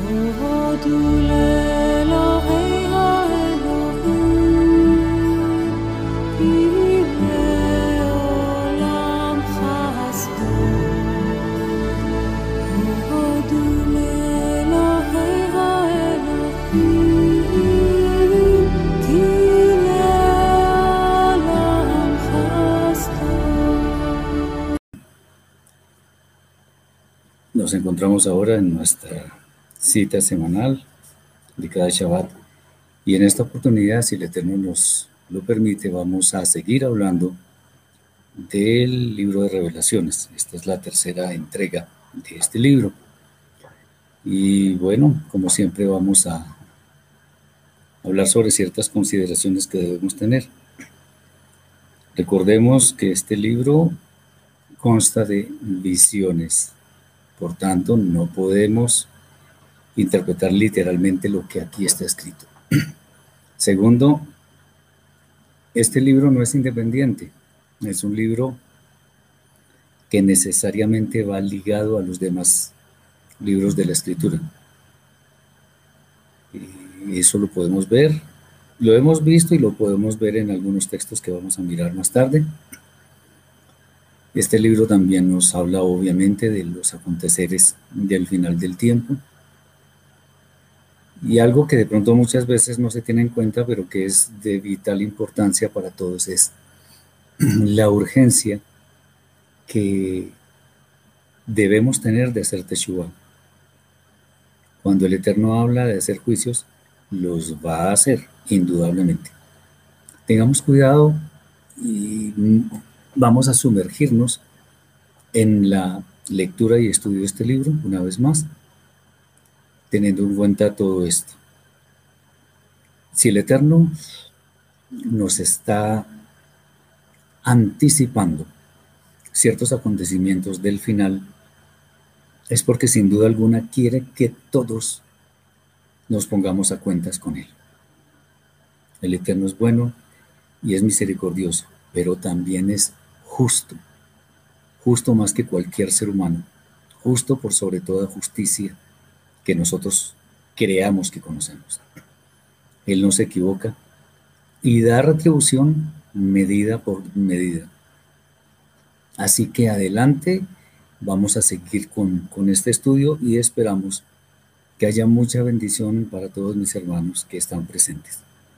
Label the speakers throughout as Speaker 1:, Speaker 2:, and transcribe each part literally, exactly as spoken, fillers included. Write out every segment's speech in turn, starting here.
Speaker 1: Nos encontramos ahora en nuestra cita semanal de cada Shabbat y en esta oportunidad, si el Eterno nos lo permite, vamos a seguir hablando del libro de Revelaciones. Esta es la tercera entrega de este libro y bueno, como siempre vamos a hablar sobre ciertas consideraciones que debemos tener. Recordemos que este libro consta de visiones. Por tanto, no podemos interpretar literalmente lo que aquí está escrito. Segundo, este libro no es independiente. Es un libro que necesariamente va ligado a los demás libros de la Escritura. Y eso lo podemos ver, lo hemos visto y lo podemos ver en algunos textos que vamos a mirar más tarde. Este libro también nos habla obviamente de los aconteceres del final del tiempo. Y algo que de pronto muchas veces no se tiene en cuenta, pero que es de vital importancia para todos, es la urgencia que debemos tener de hacer Teshuvah. Cuando el Eterno habla de hacer juicios, los va a hacer, indudablemente. Tengamos cuidado y vamos a sumergirnos en la lectura y estudio de este libro, una vez más, teniendo en cuenta todo esto. Si el Eterno nos está anticipando ciertos acontecimientos del final, es porque sin duda alguna quiere que todos nos pongamos a cuentas con Él. El Eterno es bueno y es misericordioso, pero también es justo, justo más que cualquier ser humano, justo por sobre toda justicia que nosotros creamos que conocemos. Él no se equivoca y da retribución medida por medida. Así que adelante, vamos a seguir con, con este estudio y esperamos que haya mucha bendición para todos mis hermanos que están presentes.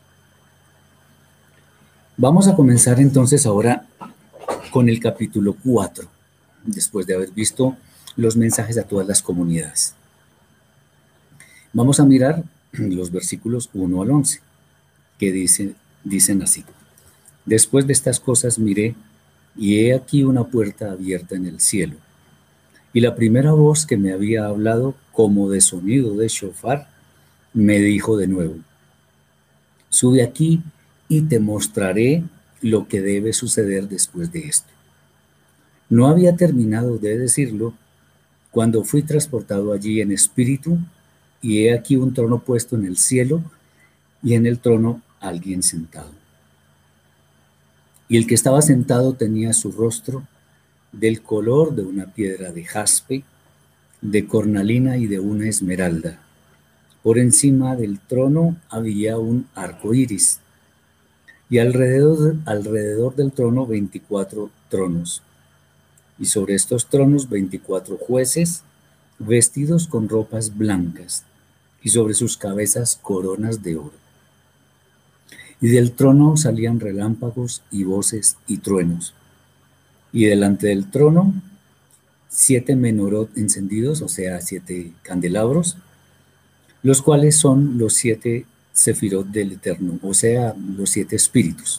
Speaker 1: Vamos a comenzar entonces ahora con el capítulo cuatro, después de haber visto los mensajes a todas las comunidades. Vamos a mirar los versículos uno al once, que dicen, dicen así. Después de estas cosas miré, y he aquí una puerta abierta en el cielo. Y la primera voz que me había hablado como de sonido de shofar, me dijo de nuevo, sube aquí y te mostraré lo que debe suceder después de esto. No había terminado de decirlo cuando fui transportado allí en espíritu, y he aquí un trono puesto en el cielo, y en el trono alguien sentado. Y el que estaba sentado tenía su rostro del color de una piedra de jaspe, de cornalina y de una esmeralda. Por encima del trono había un arco iris, y alrededor, alrededor del trono veinticuatro tronos, y sobre estos tronos veinticuatro jueces, vestidos con ropas blancas, y sobre sus cabezas coronas de oro. Y del trono salían relámpagos y voces y truenos. Y delante del trono, siete menorot encendidos, o sea, siete candelabros, los cuales son los siete sefirot del Eterno, o sea, los siete espíritus.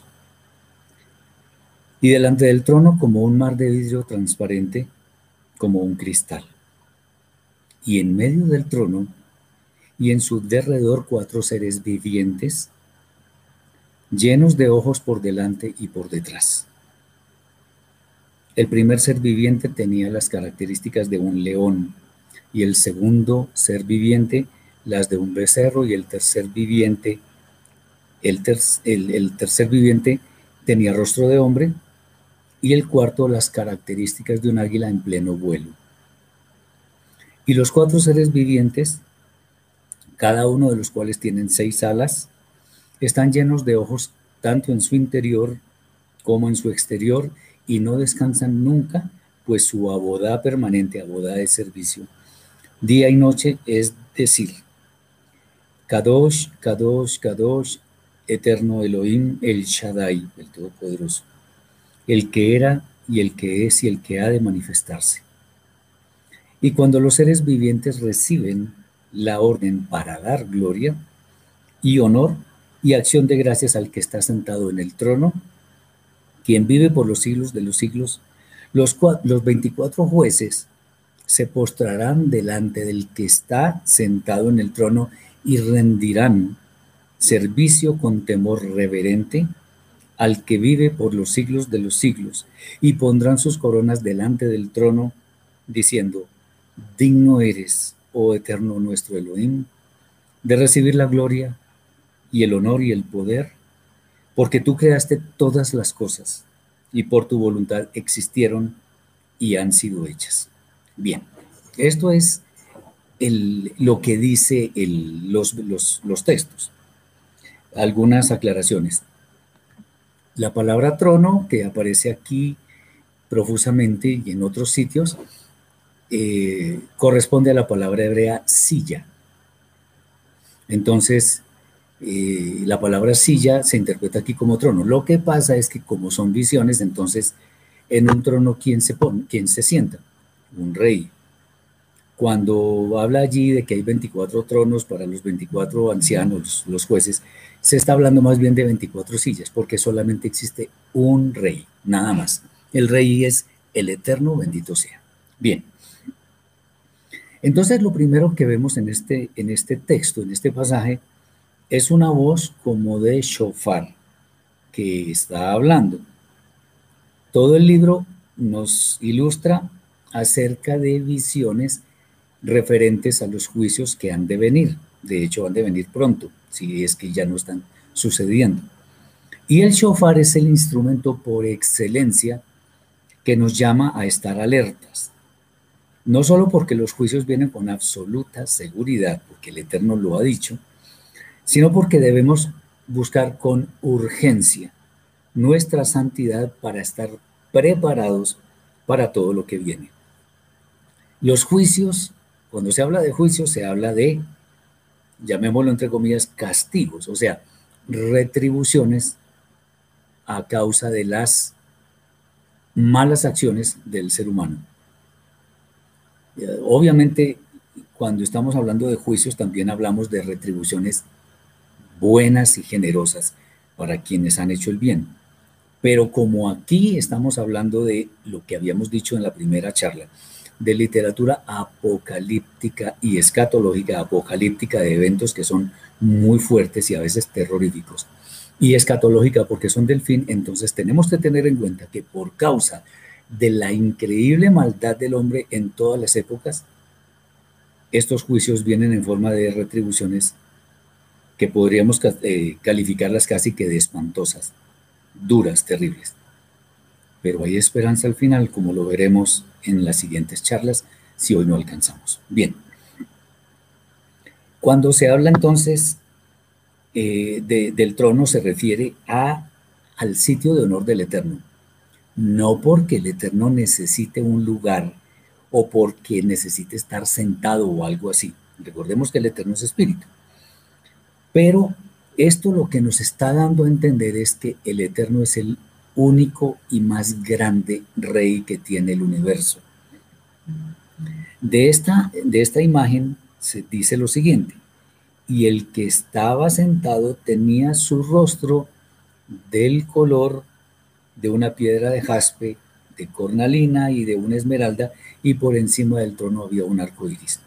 Speaker 1: Y delante del trono, como un mar de vidrio transparente, como un cristal. Y en medio del trono, y en su derredor cuatro seres vivientes, llenos de ojos por delante y por detrás. El primer ser viviente tenía las características de un león, y el segundo ser viviente las de un becerro, y el tercer viviente, el, ter, el, el tercer viviente tenía rostro de hombre, y el cuarto las características de un águila en pleno vuelo. Y los cuatro seres vivientes cada uno de los cuales tienen seis alas, están llenos de ojos tanto en su interior como en su exterior, y no descansan nunca, pues su abodá permanente, abodá de servicio, día y noche, es decir, Kadosh, Kadosh, Kadosh, eterno Elohim, el Shaddai, el Todopoderoso, el que era y el que es y el que ha de manifestarse. Y cuando los seres vivientes reciben la orden para dar gloria y honor y acción de gracias al que está sentado en el trono, quien vive por los siglos de los siglos, los, los veinticuatro jueces se postrarán delante del que está sentado en el trono y rendirán servicio con temor reverente al que vive por los siglos de los siglos, y pondrán sus coronas delante del trono, diciendo: digno eres, oh eterno nuestro Elohim, de recibir la gloria y el honor y el poder, porque tú creaste todas las cosas, y por tu voluntad existieron y han sido hechas. Bien, esto es el, lo que dice el, los, los, los textos. Algunas aclaraciones. La palabra trono, que aparece aquí profusamente y en otros sitios, eh, corresponde a la palabra hebrea silla. Entonces, eh, la palabra silla se interpreta aquí como trono. Lo que pasa es que como son visiones, entonces en un trono, ¿quién se pone? ¿Quién se sienta? Un rey. Cuando habla allí de que hay veinticuatro tronos para los veinticuatro ancianos, los, los jueces, se está hablando más bien de veinticuatro sillas, porque solamente existe un rey, nada más. El rey es el eterno, bendito sea. Bien. Entonces, lo primero que vemos en este, en este texto, en este pasaje, es una voz como de shofar que está hablando. Todo el libro nos ilustra acerca de visiones referentes a los juicios que han de venir. De hecho, han de venir pronto, si es que ya no están sucediendo. Y el shofar es el instrumento por excelencia que nos llama a estar alertas. No solo porque los juicios vienen con absoluta seguridad, porque el Eterno lo ha dicho, sino porque debemos buscar con urgencia nuestra santidad para estar preparados para todo lo que viene. Los juicios, cuando se habla de juicios, se habla de, llamémoslo entre comillas, castigos, o sea, retribuciones a causa de las malas acciones del ser humano. Obviamente, cuando estamos hablando de juicios, también hablamos de retribuciones buenas y generosas para quienes han hecho el bien. Pero como aquí estamos hablando de lo que habíamos dicho en la primera charla, de literatura apocalíptica y escatológica, apocalíptica de eventos que son muy fuertes y a veces terroríficos, y escatológica porque son del fin, entonces tenemos que tener en cuenta que por causa de la increíble maldad del hombre en todas las épocas, estos juicios vienen en forma de retribuciones que podríamos eh, calificarlas casi que de espantosas, duras, terribles. Pero hay esperanza al final, como lo veremos en las siguientes charlas, si hoy no alcanzamos. Bien. Cuando se habla entonces eh, de, del trono, se refiere a, al sitio de honor del Eterno. No porque el Eterno necesite un lugar o porque necesite estar sentado o algo así. Recordemos que el Eterno es espíritu. Pero esto lo que nos está dando a entender es que el Eterno es el único y más grande rey que tiene el universo. De esta, de esta imagen se dice lo siguiente: y el que estaba sentado tenía su rostro del color de una piedra de jaspe, de cornalina y de una esmeralda, y por encima del trono había un arco iris.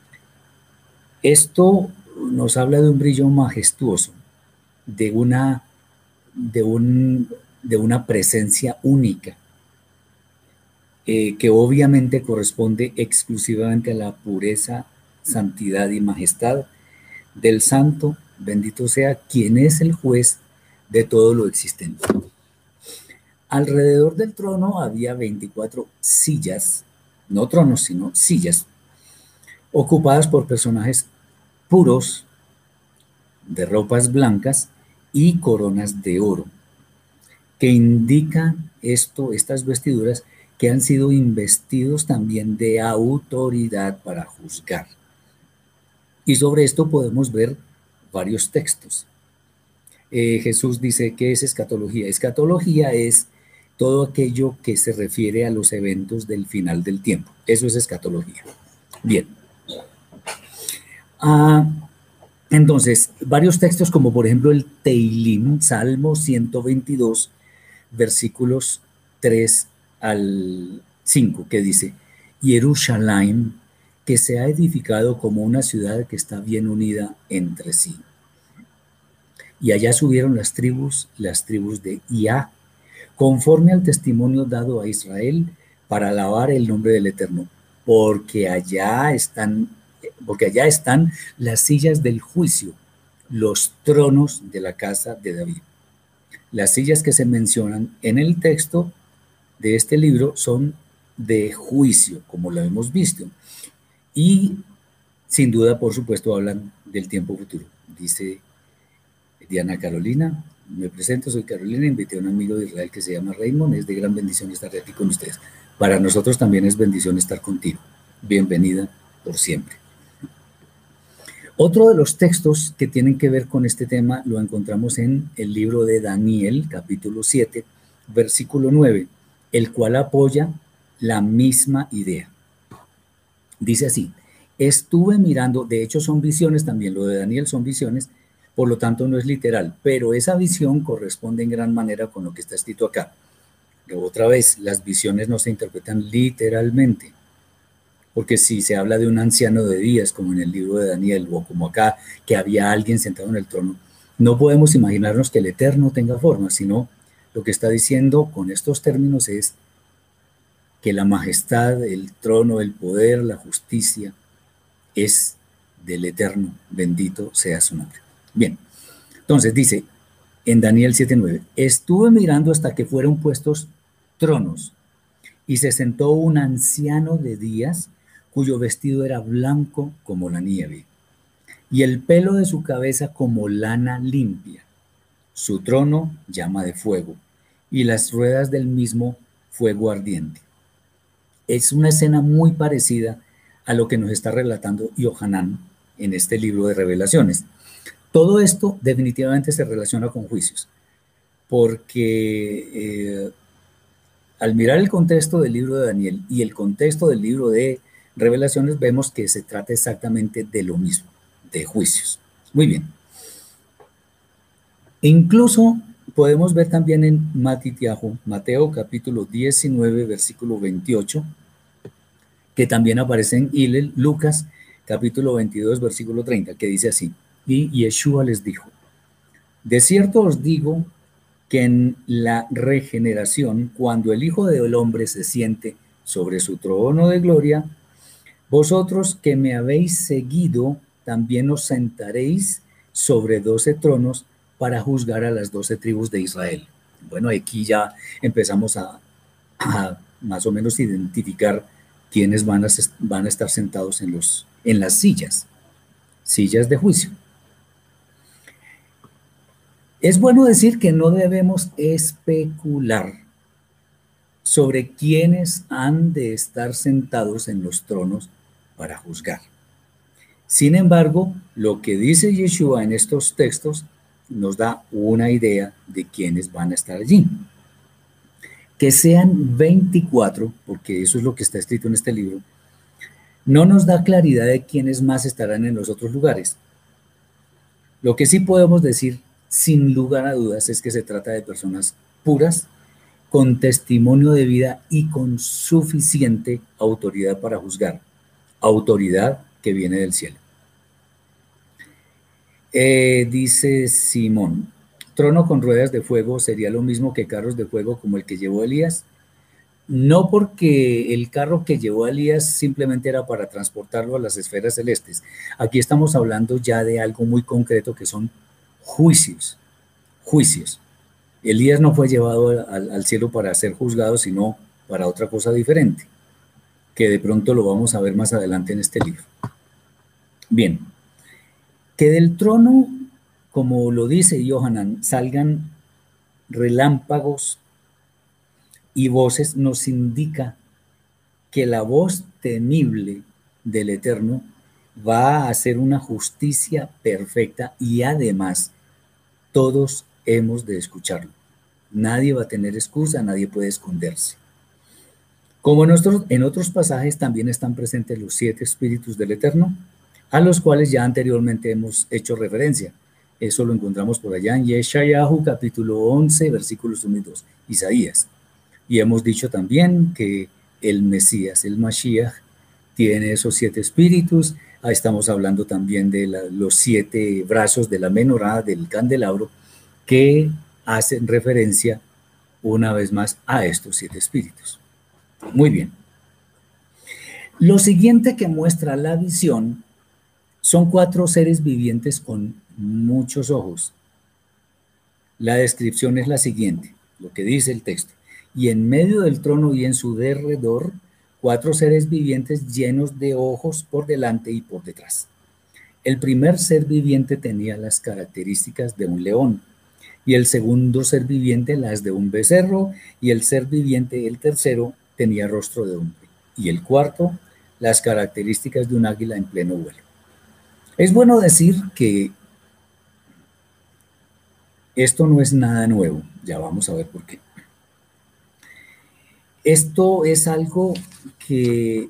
Speaker 1: Esto nos habla de un brillo majestuoso, de una, de un, de una presencia única, eh, que obviamente corresponde exclusivamente a la pureza, santidad y majestad del santo, bendito sea, quien es el juez de todo lo existente. Alrededor del trono había veinticuatro sillas, no tronos, sino sillas, ocupadas por personajes puros, de ropas blancas y coronas de oro, que indican esto, estas vestiduras, que han sido investidos también de autoridad para juzgar. Y sobre esto podemos ver varios textos. Eh, Jesús dice, ¿qué es escatología? Escatología es todo aquello que se refiere a los eventos del final del tiempo. Eso es escatología. Bien. Ah, entonces, varios textos como por ejemplo el Teilim, Salmo ciento veintidós, versículos tres al cinco, que dice, Jerusalén, que se ha edificado como una ciudad que está bien unida entre sí. Y allá subieron las tribus, las tribus de Ia, conforme al testimonio dado a Israel, para alabar el nombre del Eterno, porque allá están, porque allá están las sillas del juicio, los tronos de la casa de David. Las sillas que se mencionan en el texto de este libro son de juicio, como lo hemos visto, y sin duda, por supuesto, hablan del tiempo futuro. Dice Diana Carolina, me presento, soy Carolina, invité a un amigo de Israel que se llama Raymond, es de gran bendición estar aquí con ustedes. Para nosotros también es bendición estar contigo. Bienvenida por siempre. Otro de los textos que tienen que ver con este tema lo encontramos en el libro de Daniel, capítulo siete, versículo nueve, el cual apoya la misma idea. Dice así, estuve mirando, de hecho son visiones también, lo de Daniel son visiones, por lo tanto no es literal, pero esa visión corresponde en gran manera con lo que está escrito acá. Pero otra vez, las visiones no se interpretan literalmente, porque si se habla de un anciano de días, como en el libro de Daniel, o como acá, que había alguien sentado en el trono, no podemos imaginarnos que el Eterno tenga forma, sino lo que está diciendo con estos términos es que la majestad, el trono, el poder, la justicia es del Eterno, bendito sea su nombre. Bien, entonces dice en Daniel siete nueve, estuve mirando hasta que fueron puestos tronos y se sentó un anciano de días cuyo vestido era blanco como la nieve y el pelo de su cabeza como lana limpia. Su trono llama de fuego y las ruedas del mismo fuego ardiente. Es una escena muy parecida a lo que nos está relatando Yohanan en este libro de Revelaciones. Todo esto definitivamente se relaciona con juicios, porque eh, al mirar el contexto del libro de Daniel y el contexto del libro de Revelaciones, vemos que se trata exactamente de lo mismo, de juicios. Muy bien. E incluso podemos ver también en Matitiahu, Mateo capítulo diecinueve, versículo veintiocho, que también aparece en Hillel, Lucas capítulo veintidós, versículo treinta, que dice así, y Yeshua les dijo, de cierto os digo que en la regeneración, cuando el Hijo del Hombre se siente sobre su trono de gloria, vosotros que me habéis seguido, también os sentaréis sobre doce tronos para juzgar a las doce tribus de Israel. Bueno, aquí ya empezamos a, a más o menos identificar quiénes van a, van a estar sentados en, los, en las sillas, sillas de juicio. Es bueno decir que no debemos especular sobre quiénes han de estar sentados en los tronos para juzgar. Sin embargo, lo que dice Yeshua en estos textos nos da una idea de quiénes van a estar allí. Que sean veinticuatro, porque eso es lo que está escrito en este libro, no nos da claridad de quiénes más estarán en los otros lugares. Lo que sí podemos decir, sin lugar a dudas, es que se trata de personas puras, con testimonio de vida y con suficiente autoridad para juzgar. Autoridad que viene del cielo. Eh, dice Simón, trono con ruedas de fuego sería lo mismo que carros de fuego como el que llevó Elías. No, porque el carro que llevó Elías simplemente era para transportarlo a las esferas celestes. Aquí estamos hablando ya de algo muy concreto que son juicios, juicios. Elías no fue llevado al, al cielo para ser juzgado, sino para otra cosa diferente, que de pronto lo vamos a ver más adelante en este libro. Bien, Que del trono, como lo dice Yohanan, salgan relámpagos y voces nos indica que la voz temible del Eterno va a hacer una justicia perfecta y además todos hemos de escucharlo. Nadie va a tener excusa, nadie puede esconderse. Como en otros, en otros pasajes también están presentes los siete espíritus del Eterno, a los cuales ya anteriormente hemos hecho referencia. Eso lo encontramos por allá en Yeshayahu, capítulo once, versículos uno y dos, Isaías. Y hemos dicho también que el Mesías, el Mashiach, tiene esos siete espíritus. Ahí estamos hablando también de la, los siete brazos de la menorá, del candelabro, que hacen referencia una vez más a estos siete espíritus. Muy bien. Lo siguiente que muestra la visión son cuatro seres vivientes con muchos ojos. La descripción es la siguiente, lo que dice el texto. Y en medio del trono y en su derredor, cuatro seres vivientes llenos de ojos por delante y por detrás. El primer ser viviente tenía las características de un león, y el segundo ser viviente las de un becerro, y el ser viviente, el tercero, tenía rostro de hombre, y el cuarto, las características de un águila en pleno vuelo. Es bueno decir que esto no es nada nuevo, ya vamos a ver por qué. Esto es algo que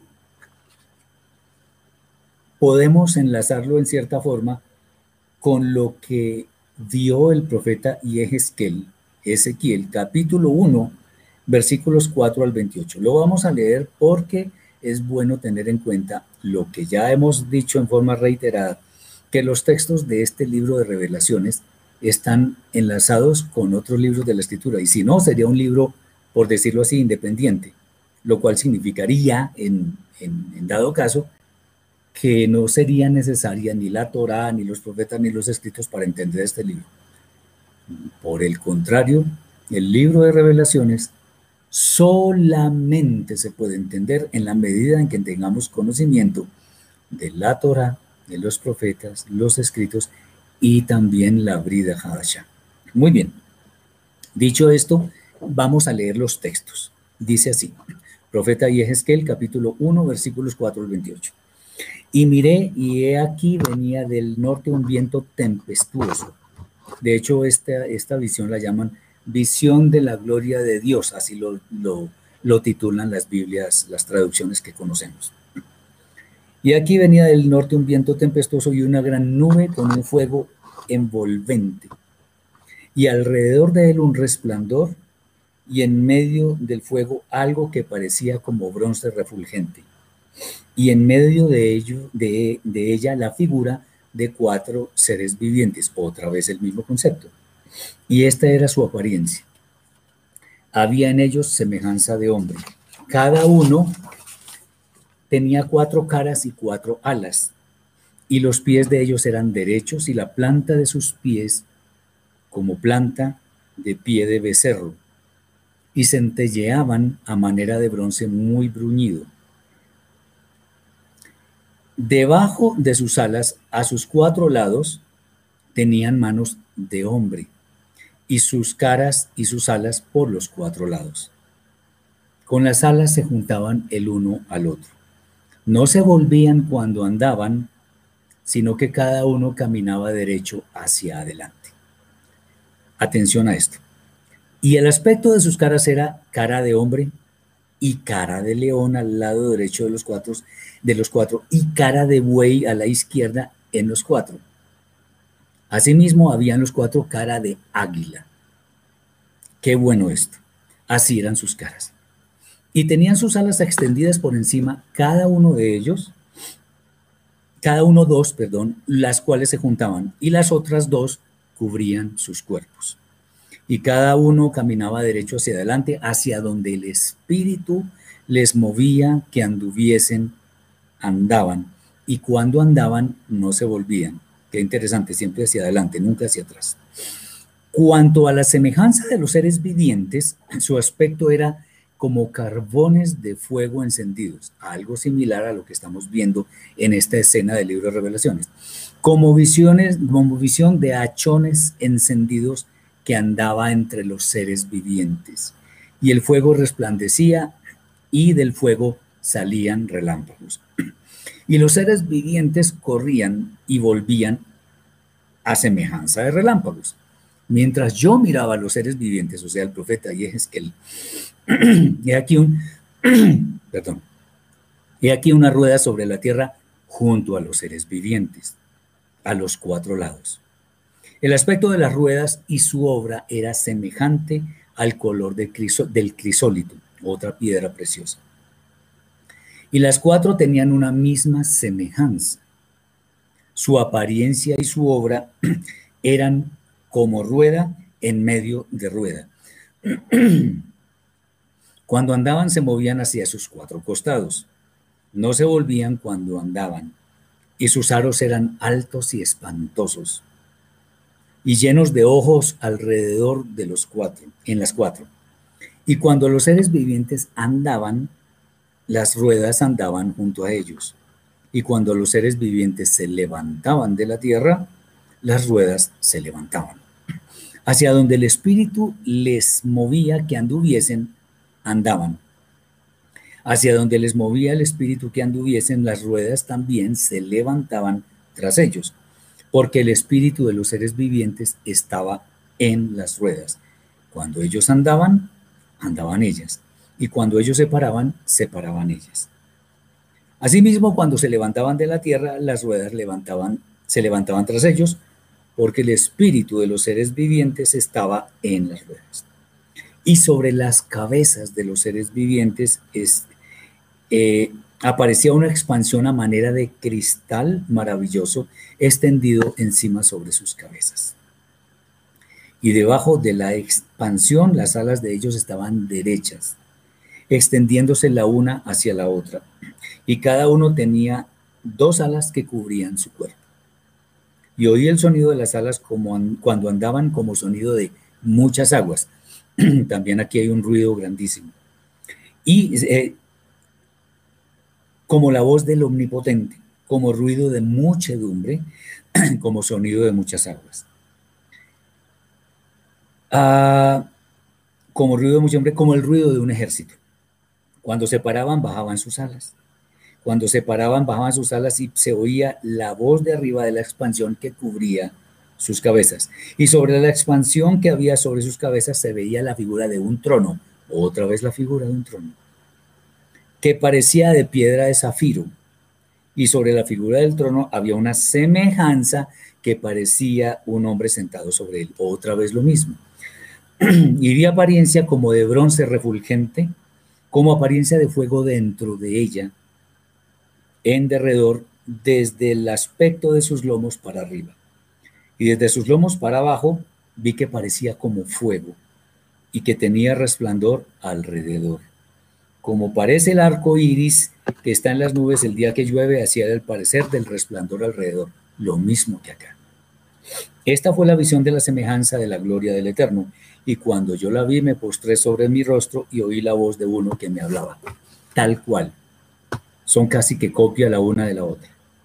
Speaker 1: podemos enlazarlo en cierta forma con lo que vio el profeta Yehezkel, Ezequiel, capítulo uno, versículos cuatro al veintiocho. Lo vamos a leer porque es bueno tener en cuenta lo que ya hemos dicho en forma reiterada, que los textos de este libro de revelaciones están enlazados con otros libros de la Escritura, y si no, sería un libro, por decirlo así, independiente, lo cual significaría, en, en, en dado caso, que no sería necesaria ni la Torá, ni los profetas, ni los escritos para entender este libro. Por el contrario, el libro de revelaciones solamente se puede entender en la medida en que tengamos conocimiento de la Torá, de los profetas, los escritos y también la Brida Hadashah. Muy bien. Dicho esto, vamos a leer los textos. Dice así, profeta Yehezkel, capítulo uno, versículos cuatro al veintiocho. Y miré, y he aquí venía del norte un viento tempestuoso. De hecho, esta, esta visión la llaman visión de la gloria de Dios, así lo, lo, lo titulan las Biblias, las traducciones que conocemos. Y aquí venía del norte un viento tempestuoso y una gran nube con un fuego envolvente. Y alrededor de él un resplandor, y en medio del fuego algo que parecía como bronce refulgente. Y en medio de, ello, de, de ella la figura de cuatro seres vivientes, otra vez el mismo concepto. Y esta era su apariencia. Había en ellos semejanza de hombre. Cada uno tenía cuatro caras y cuatro alas, y los pies de ellos eran derechos, y la planta de sus pies como planta de pie de becerro, y centelleaban a manera de bronce muy bruñido. Debajo de sus alas, a sus cuatro lados, tenían manos de hombre, y sus caras y sus alas por los cuatro lados. Con las alas se juntaban el uno al otro. No se volvían cuando andaban, sino que cada uno caminaba derecho hacia adelante. Atención a esto. Y el aspecto de sus caras era cara de hombre y cara de león al lado derecho de los cuatro, de los cuatro y cara de buey a la izquierda en los cuatro. Asimismo, habían los cuatro cara de águila. Qué bueno esto. Así eran sus caras. Y tenían sus alas extendidas por encima, cada uno de ellos, cada uno dos, perdón, las cuales se juntaban, y las otras dos cubrían sus cuerpos. Y cada uno caminaba derecho hacia adelante, hacia donde el Espíritu les movía que anduviesen, andaban. Y cuando andaban, no se volvían. Qué interesante, siempre hacia adelante, nunca hacia atrás. Cuanto a la semejanza de los seres vivientes, su aspecto era como carbones de fuego encendidos, algo similar a lo que estamos viendo en esta escena del libro de Revelaciones. como visiones, como visión de hachones encendidos que andaba entre los seres vivientes. Y el fuego resplandecía y del fuego salían relámpagos. Y los seres vivientes corrían y volvían a semejanza de relámpagos. Mientras yo miraba a los seres vivientes, o sea, el profeta Yehezkel, he aquí un, perdón, he aquí una rueda sobre la tierra junto a los seres vivientes, a los cuatro lados. El aspecto de las ruedas y su obra era semejante al color de criso, del crisólito, otra piedra preciosa. Y las cuatro tenían una misma semejanza. Su apariencia y su obra eran como rueda en medio de rueda. Cuando andaban se movían hacia sus cuatro costados. No se volvían cuando andaban. Y sus aros eran altos y espantosos. Y llenos de ojos alrededor de los cuatro, en las cuatro. Y cuando los seres vivientes andaban, las ruedas andaban junto a ellos. Y cuando los seres vivientes se levantaban de la tierra, las ruedas se levantaban. Hacia donde el espíritu les movía que anduviesen, andaban. Hacia donde les movía el espíritu que anduviesen, las ruedas también se levantaban tras ellos, porque el espíritu de los seres vivientes estaba en las ruedas. Cuando ellos andaban, andaban ellas, y cuando ellos se paraban, se paraban ellas. Asimismo, cuando se levantaban de la tierra, las ruedas levantaban, se levantaban tras ellos, porque el espíritu de los seres vivientes estaba en las ruedas. Y sobre las cabezas de los seres vivientes es, eh, aparecía una expansión a manera de cristal maravilloso extendido encima sobre sus cabezas. Y debajo de la expansión las alas de ellos estaban derechas, extendiéndose la una hacia la otra, y cada uno tenía dos alas que cubrían su cuerpo. Y oí el sonido de las alas como an- cuando andaban como sonido de muchas aguas. También aquí hay un ruido grandísimo. Y eh, como la voz del Omnipotente, como ruido de muchedumbre, como sonido de muchas aguas. Ah, como ruido de muchedumbre, como el ruido de un ejército. Cuando se paraban, bajaban sus alas. Cuando se paraban, bajaban sus alas y se oía la voz de arriba de la expansión que cubría sus cabezas. Y sobre la expansión que había sobre sus cabezas se veía la figura de un trono, otra vez la figura de un trono, que parecía de piedra de zafiro. Y sobre la figura del trono había una semejanza que parecía un hombre sentado sobre él, otra vez lo mismo. Y vi apariencia como de bronce refulgente, como apariencia de fuego dentro de ella, en derredor, desde el aspecto de sus lomos para arriba. Y desde sus lomos para abajo vi que parecía como fuego y que tenía resplandor alrededor. Como parece el arco iris que está en las nubes el día que llueve, hacia el parecer del resplandor alrededor, lo mismo que acá. Esta fue la visión de la semejanza de la gloria del Eterno, y cuando yo la vi me postré sobre mi rostro y oí la voz de uno que me hablaba, tal cual. Son casi que copia la una de la otra.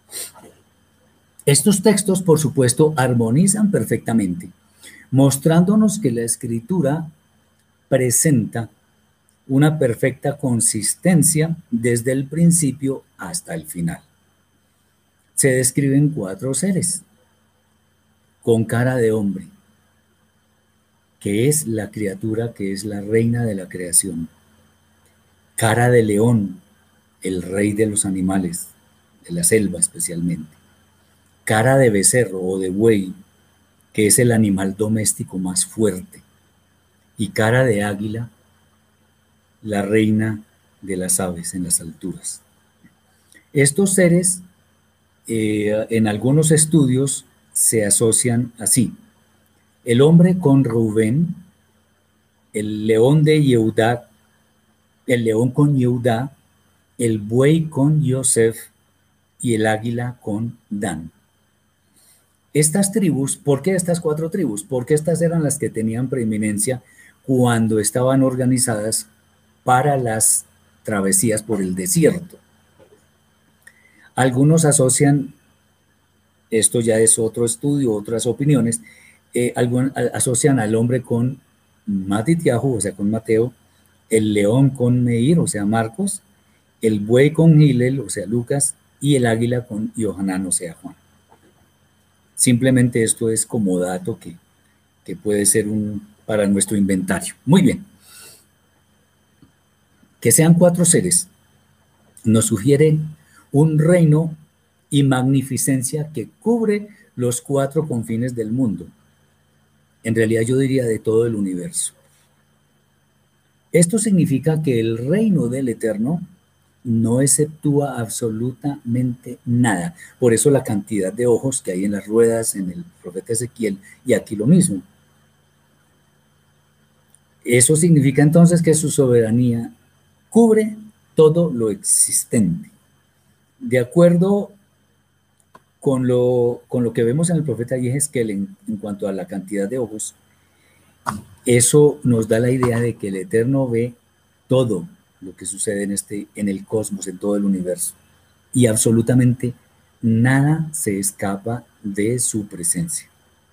Speaker 1: Estos textos, por supuesto, armonizan perfectamente, mostrándonos que la escritura presenta una perfecta consistencia desde el principio hasta el final. Se describen cuatro seres con cara de hombre, que es la criatura que es la reina de la creación, cara de león, el rey de los animales, de la selva especialmente, cara de becerro o de buey, que es el animal doméstico más fuerte, y cara de águila, la reina de las aves en las alturas. Estos seres, eh, en algunos estudios, se asocian así: el hombre con Rubén, el león de Yehudá, el león con Yehudá, el buey con Yosef y el águila con Dan. Estas tribus, ¿por qué estas cuatro tribus? Porque estas eran las que tenían preeminencia cuando estaban organizadas para las travesías por el desierto. Algunos asocian esto ya es otro estudio, otras opiniones, eh, algún, a, asocian al hombre con Matityahu, o sea, con Mateo, el león con Meir, o sea, Marcos, el buey con Hillel, o sea, Lucas, y el águila con Yohanan, o sea, Juan. Simplemente esto es como dato que, que puede ser un, para nuestro inventario. Muy bien. Que sean cuatro seres nos sugiere un reino y magnificencia que cubre los cuatro confines del mundo. En realidad yo diría de todo el universo. Esto significa que el reino del Eterno no exceptúa absolutamente nada. Por eso la cantidad de ojos que hay en las ruedas, en el profeta Ezequiel, y aquí lo mismo. Eso significa entonces que su soberanía cubre todo lo existente. De acuerdo con lo, con lo que vemos en el profeta Yehezkel en, en cuanto a la cantidad de ojos, eso nos da la idea de que el Eterno ve todo lo que sucede en, este, en el cosmos, en todo el universo. Y absolutamente nada se escapa de su presencia.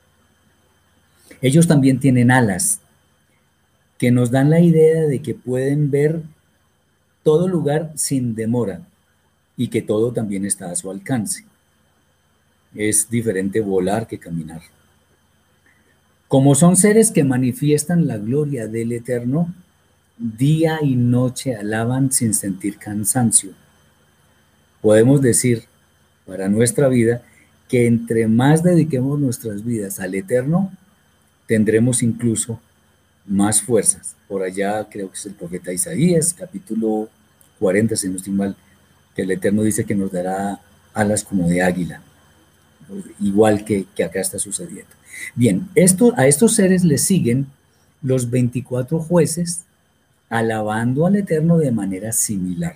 Speaker 1: Ellos también tienen alas que nos dan la idea de que pueden ver todo lugar sin demora y que todo también está a su alcance. Es diferente volar que caminar. Como son seres que manifiestan la gloria del Eterno, día y noche alaban sin sentir cansancio. Podemos decir para nuestra vida que entre más dediquemos nuestras vidas al Eterno, tendremos incluso más fuerzas. Por allá creo que es el profeta Isaías, capítulo cuarenta, si no estoy mal, que el Eterno dice que nos dará alas como de águila, igual que, que acá está sucediendo. Bien, esto, a estos seres les siguen los veinticuatro jueces alabando al Eterno de manera similar.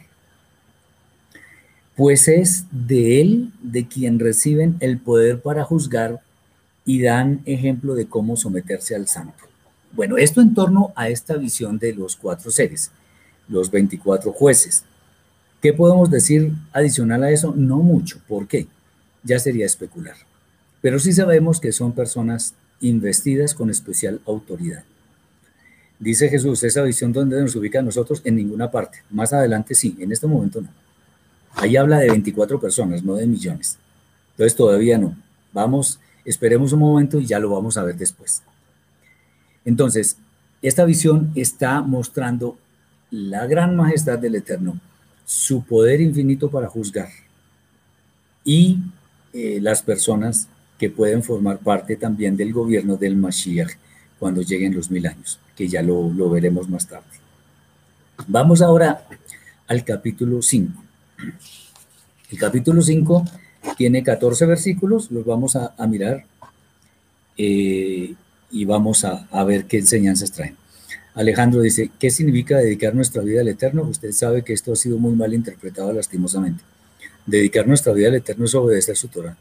Speaker 1: Pues es de él de quien reciben el poder para juzgar y dan ejemplo de cómo someterse al santo. Bueno, esto en torno a esta visión de los cuatro seres, los veinticuatro jueces. ¿Qué podemos decir adicional a eso? No mucho. ¿Por qué? Ya sería especular. Pero sí sabemos que son personas investidas con especial autoridad. Dice Jesús, esa visión donde nos ubica a nosotros en ninguna parte. Más adelante sí, en este momento no. Ahí habla de veinticuatro personas, no de millones. Entonces todavía no. Vamos, esperemos un momento y ya lo vamos a ver después. Entonces, esta visión está mostrando la gran majestad del Eterno, su poder infinito para juzgar y eh, las personas que pueden formar parte también del gobierno del Mashiach cuando lleguen los mil años, que ya lo, lo veremos más tarde. Vamos ahora al capítulo cinco. El capítulo cinco tiene catorce versículos, los vamos a, a mirar eh, y vamos a, a ver qué enseñanzas traen. Alejandro dice, ¿qué significa dedicar nuestra vida al Eterno? Usted sabe que esto ha sido muy mal interpretado lastimosamente. Dedicar nuestra vida al Eterno es obedecer su Torah.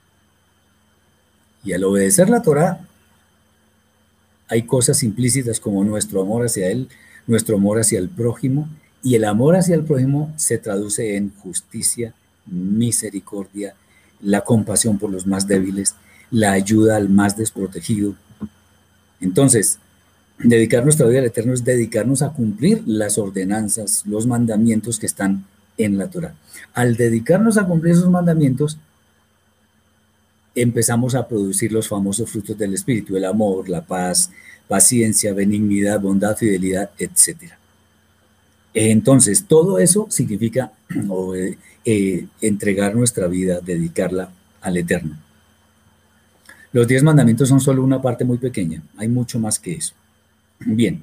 Speaker 1: Y al obedecer la Torah, hay cosas implícitas como nuestro amor hacia Él, nuestro amor hacia el prójimo, y el amor hacia el prójimo se traduce en justicia, misericordia, la compasión por los más débiles, la ayuda al más desprotegido. Entonces, dedicar nuestra vida al Eterno es dedicarnos a cumplir las ordenanzas, los mandamientos que están en la Torah. Al dedicarnos a cumplir esos mandamientos, empezamos a producir los famosos frutos del Espíritu, el amor, la paz, paciencia, benignidad, bondad, fidelidad, etcétera. Entonces, todo eso significa eh, eh, entregar nuestra vida, dedicarla al Eterno. Los diez mandamientos son solo una parte muy pequeña, hay mucho más que eso. Bien.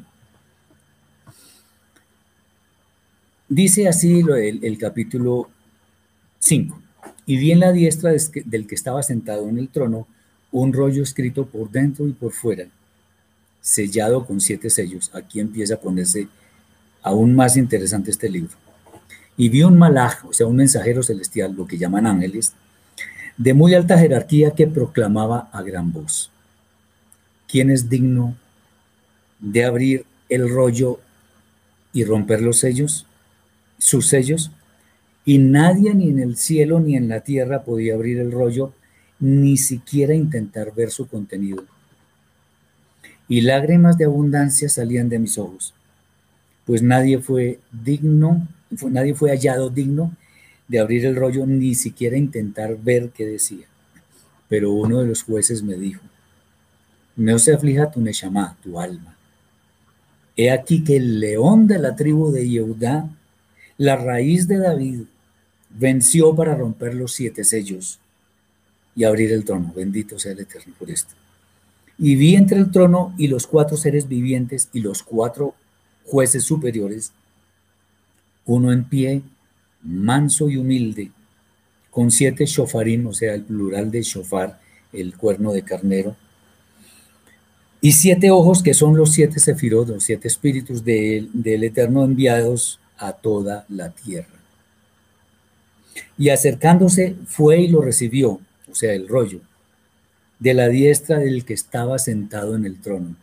Speaker 1: Dice así el, el capítulo cinco. Y vi en la diestra del que estaba sentado en el trono un rollo escrito por dentro y por fuera, sellado con siete sellos. Aquí empieza a ponerse aún más interesante este libro. Y vi un malaj, o sea, un mensajero celestial, lo que llaman ángeles, de muy alta jerarquía que proclamaba a gran voz: ¿quién es digno de abrir el rollo y romper los sellos, sus sellos? Y nadie ni en el cielo ni en la tierra podía abrir el rollo ni siquiera intentar ver su contenido. Y lágrimas de abundancia salían de mis ojos, pues nadie fue digno, nadie fue hallado digno de abrir el rollo, ni siquiera intentar ver qué decía. Pero uno de los jueces me dijo: no se aflija tu neshama, tu alma. He aquí que el león de la tribu de Yehudá, la raíz de David, venció para romper los siete sellos y abrir el trono. Bendito sea el Eterno por esto. Y vi entre el trono y los cuatro seres vivientes y los cuatro jueces superiores, uno en pie, manso y humilde, con siete shofarim, o sea, el plural de shofar, el cuerno de carnero, y siete ojos, que son los siete sefirot, los siete espíritus del, del Eterno enviados a toda la tierra. Y acercándose fue y lo recibió, o sea, el rollo, de la diestra del que estaba sentado en el trono,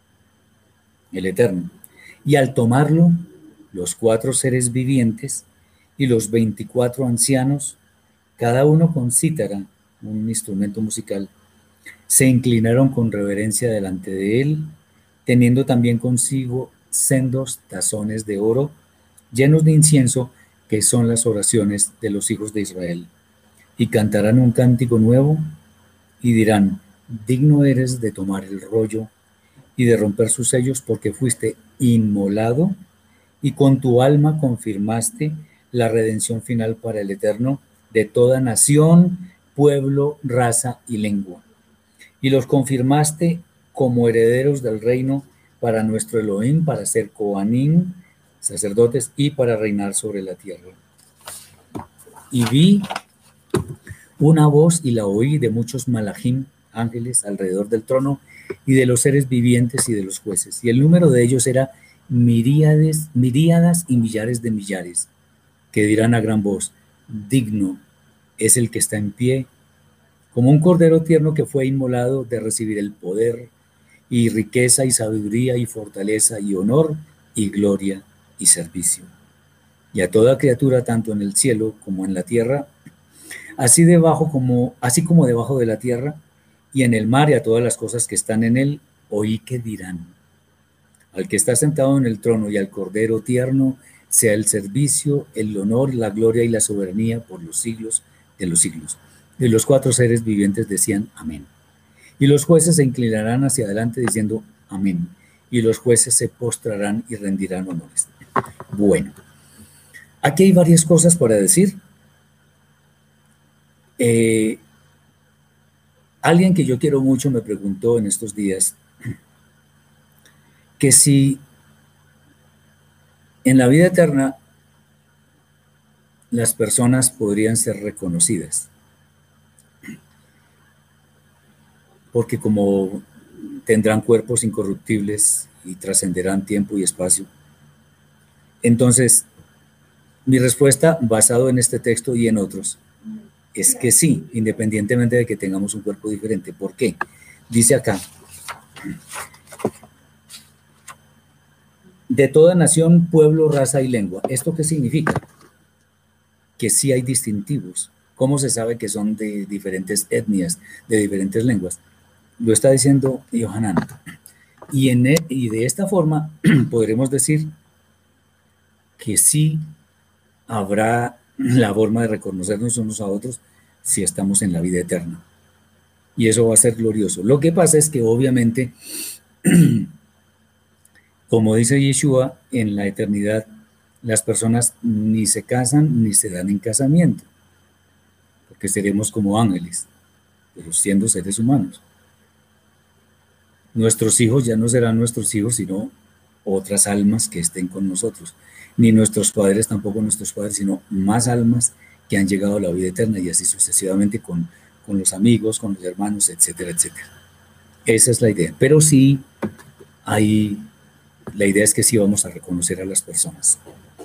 Speaker 1: el Eterno. Y al tomarlo, los cuatro seres vivientes y los veinticuatro ancianos, cada uno con cítara, un instrumento musical, se inclinaron con reverencia delante de él, teniendo también consigo sendos tazones de oro llenos de incienso, que son las oraciones de los hijos de Israel. Y cantarán un cántico nuevo y dirán: digno eres de tomar el rollo y de romper sus sellos, porque fuiste inmolado y con tu alma confirmaste la redención final para el Eterno de toda nación, pueblo, raza y lengua. Y los confirmaste como herederos del reino para nuestro Elohim, para ser Kohanim, sacerdotes, y para reinar sobre la tierra. Y vi una voz, y la oí, de muchos malachim, ángeles, alrededor del trono, y de los seres vivientes y de los jueces. Y el número de ellos era miríades, miríadas y millares de millares, que dirán a gran voz: digno es el que está en pie, como un cordero tierno que fue inmolado, de recibir el poder y riqueza y sabiduría y fortaleza y honor y gloria y servicio. Y a toda criatura, tanto en el cielo como en la tierra, así debajo como, así como debajo de la tierra, y en el mar, y a todas las cosas que están en él, oí que dirán: al que está sentado en el trono y al cordero tierno, sea el servicio, el honor, la gloria y la soberanía por los siglos de los siglos. Y los cuatro seres vivientes decían: amén. Y los jueces se inclinarán hacia adelante diciendo: amén. Y los jueces se postrarán y rendirán honores. Bueno, aquí hay varias cosas para decir. Eh, alguien que yo quiero mucho me preguntó en estos días que si en la vida eterna las personas podrían ser reconocidas, porque como tendrán cuerpos incorruptibles y trascenderán tiempo y espacio. Entonces, mi respuesta, basado en este texto y en otros, es que sí, independientemente de que tengamos un cuerpo diferente. ¿Por qué? Dice acá: de toda nación, pueblo, raza y lengua. ¿Esto qué significa? Que sí hay distintivos. ¿Cómo se sabe que son de diferentes etnias, de diferentes lenguas? Lo está diciendo Yohanan. Y, en, y de esta forma podremos decir que sí habrá la forma de reconocernos unos a otros si estamos en la vida eterna. Y eso va a ser glorioso. Lo que pasa es que obviamente, como dice Yeshua, en la eternidad las personas ni se casan ni se dan en casamiento, porque seremos como ángeles, pero siendo seres humanos. Nuestros hijos ya no serán nuestros hijos, sino otras almas que estén con nosotros. Ni nuestros padres, tampoco nuestros padres, sino más almas que han llegado a la vida eterna, y así sucesivamente con, con los amigos, con los hermanos, etcétera, etcétera. Esa es la idea. Pero sí, hay, la idea es que sí vamos a reconocer a las personas.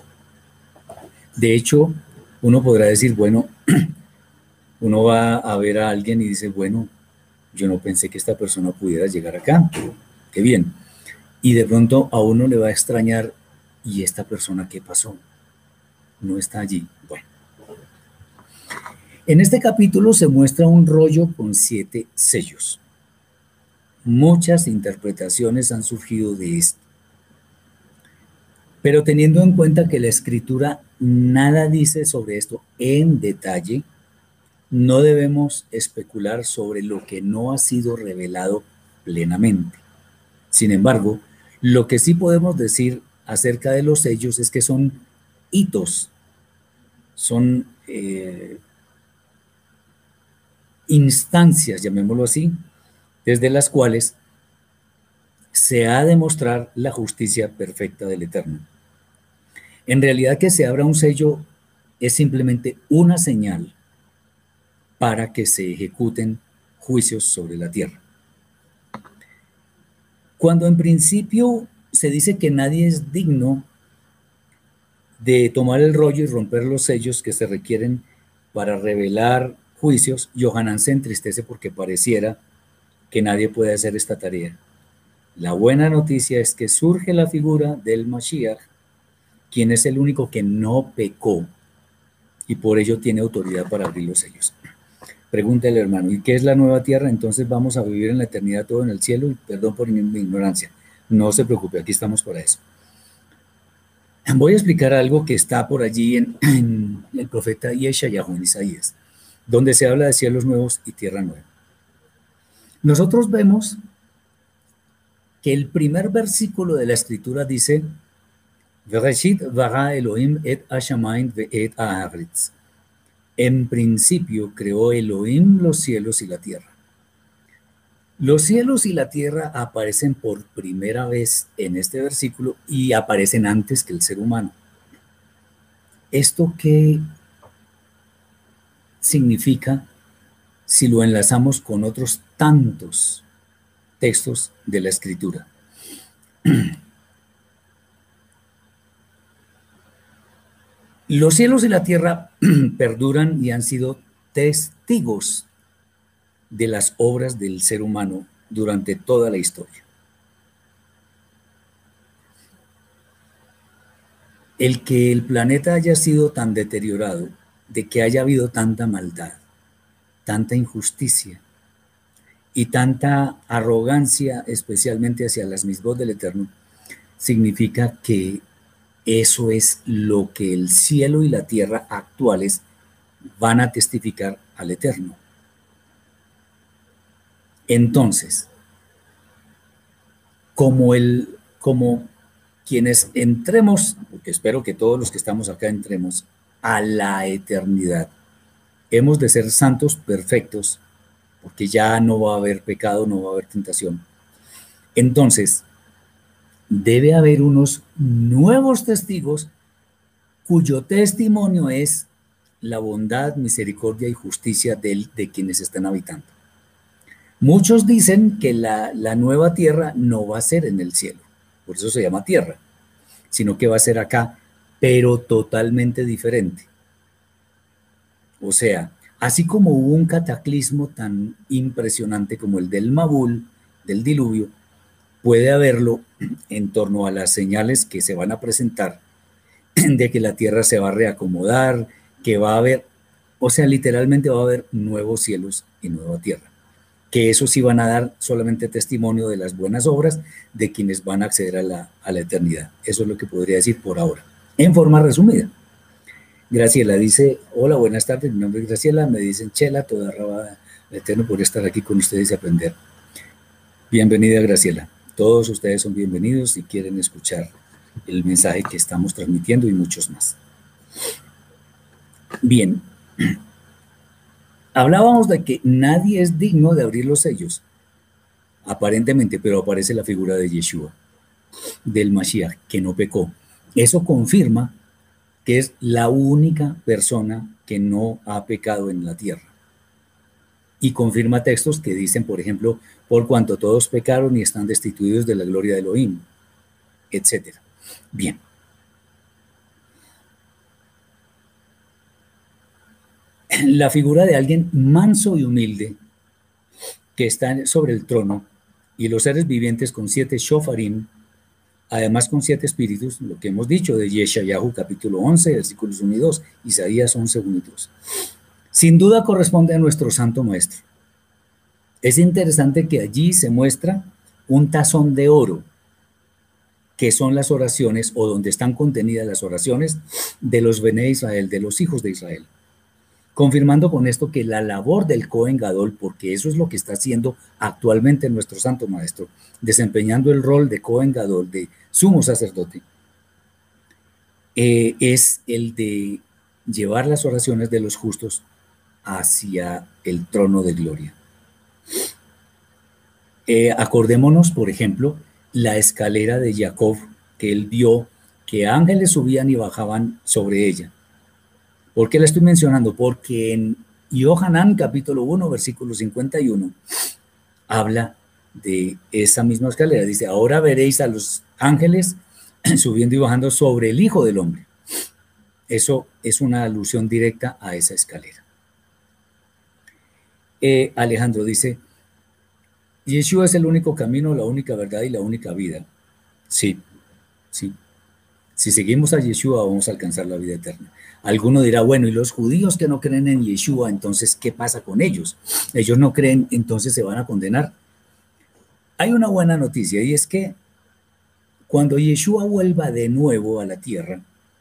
Speaker 1: De hecho, uno podrá decir, bueno, uno va a ver a alguien y dice, bueno, yo no pensé que esta persona pudiera llegar acá, qué bien. Y de pronto a uno le va a extrañar, ¿y esta persona qué pasó? No está allí. Bueno. En este capítulo se muestra un rollo con siete sellos. Muchas interpretaciones han surgido de esto. Pero teniendo en cuenta que la escritura nada dice sobre esto en detalle, no debemos especular sobre lo que no ha sido revelado plenamente. Sin embargo, lo que sí podemos decir acerca de los sellos es que son hitos, son eh, instancias, llamémoslo así, desde las cuales se ha de mostrar la justicia perfecta del Eterno. En realidad, que se abra un sello es simplemente una señal para que se ejecuten juicios sobre la tierra. Cuando en principio se dice que nadie es digno de tomar el rollo y romper los sellos que se requieren para revelar juicios, Yohanan se entristece porque pareciera que nadie puede hacer esta tarea. La buena noticia es que surge la figura del Mashiach, quien es el único que no pecó y por ello tiene autoridad para abrir los sellos. Pregunta el hermano, ¿y qué es la nueva tierra? Entonces vamos a vivir en la eternidad todo en el cielo, y perdón por mi ignorancia. No se preocupe, aquí estamos para eso. Voy a explicar algo que está por allí en, en el profeta Yeshayahu, en Isaías, donde se habla de cielos nuevos y tierra nueva. Nosotros vemos que el primer versículo de la escritura dice, Bereshit bara Elohim et hashamayim ve'et haaretz. En principio creó Elohim los cielos y la tierra. Los cielos y la tierra aparecen por primera vez en este versículo y aparecen antes que el ser humano. ¿Esto qué significa si lo enlazamos con otros tantos textos de la Escritura? Los cielos y la tierra perduran y han sido testigos de las obras del ser humano durante toda la historia. El que el planeta haya sido tan deteriorado, de que haya habido tanta maldad, tanta injusticia y tanta arrogancia, especialmente hacia las mismas del Eterno, significa que eso es lo que el cielo y la tierra actuales van a testificar al Eterno. Entonces, como, el, como quienes entremos, porque espero que todos los que estamos acá entremos a la eternidad, hemos de ser santos perfectos, porque ya no va a haber pecado, no va a haber tentación. Entonces, debe haber unos nuevos testigos cuyo testimonio es la bondad, misericordia y justicia de, de quienes están habitando. Muchos dicen que la, la nueva tierra no va a ser en el cielo, por eso se llama tierra, sino que va a ser acá, pero totalmente diferente. O sea, así como hubo un cataclismo tan impresionante como el del Mabul, del diluvio, puede haberlo en torno a las señales que se van a presentar de que la tierra se va a reacomodar, que va a haber, o sea, literalmente va a haber nuevos cielos y nueva tierra. Que eso sí van a dar solamente testimonio de las buenas obras de quienes van a acceder a la, a la eternidad. Eso es lo que podría decir por ahora, en forma resumida. Graciela dice, hola, buenas tardes, mi nombre es Graciela, me dicen Chela, toda rabada, el Eterno por estar aquí con ustedes y aprender. Bienvenida, Graciela. Todos ustedes son bienvenidos si quieren escuchar el mensaje que estamos transmitiendo y muchos más. Bien. Hablábamos de que nadie es digno de abrir los sellos, aparentemente, pero aparece la figura de Yeshua, del Mashiach, que no pecó. Eso confirma que es la única persona que no ha pecado en la tierra. Y confirma textos que dicen, por ejemplo, por cuanto todos pecaron y están destituidos de la gloria de Elohim, etcétera. Bien. La figura de alguien manso y humilde que está sobre el trono y los seres vivientes con siete shofarim, además con siete espíritus, lo que hemos dicho de Yeshayahu capítulo once, versículos uno y dos, Isaías once, uno y dos. Sin duda corresponde a nuestro Santo Maestro. Es interesante que allí se muestra un tazón de oro, que son las oraciones o donde están contenidas las oraciones de los Bené Israel, de los hijos de Israel. Confirmando con esto que la labor del Cohen Gadol, porque eso es lo que está haciendo actualmente nuestro Santo Maestro, desempeñando el rol de Cohen Gadol, de sumo sacerdote, eh, es el de llevar las oraciones de los justos hacia el trono de gloria. Eh, acordémonos, por ejemplo, la escalera de Jacob, que él vio que ángeles subían y bajaban sobre ella. ¿Por qué la estoy mencionando? Porque en Yohanan capítulo uno, versículo cincuenta y uno, habla de esa misma escalera. Dice, ahora veréis a los ángeles subiendo y bajando sobre el Hijo del Hombre. Eso es una alusión directa a esa escalera. Eh, Alejandro dice, Yeshua es el único camino, la única verdad y la única vida. Sí, sí. Si seguimos a Yeshua vamos a alcanzar la vida eterna. Alguno dirá, bueno, ¿y los judíos que no creen en Yeshua, entonces qué pasa con ellos? Ellos no creen, entonces se van a condenar. Hay una buena noticia y es que cuando Yeshua vuelva de nuevo a la tierra,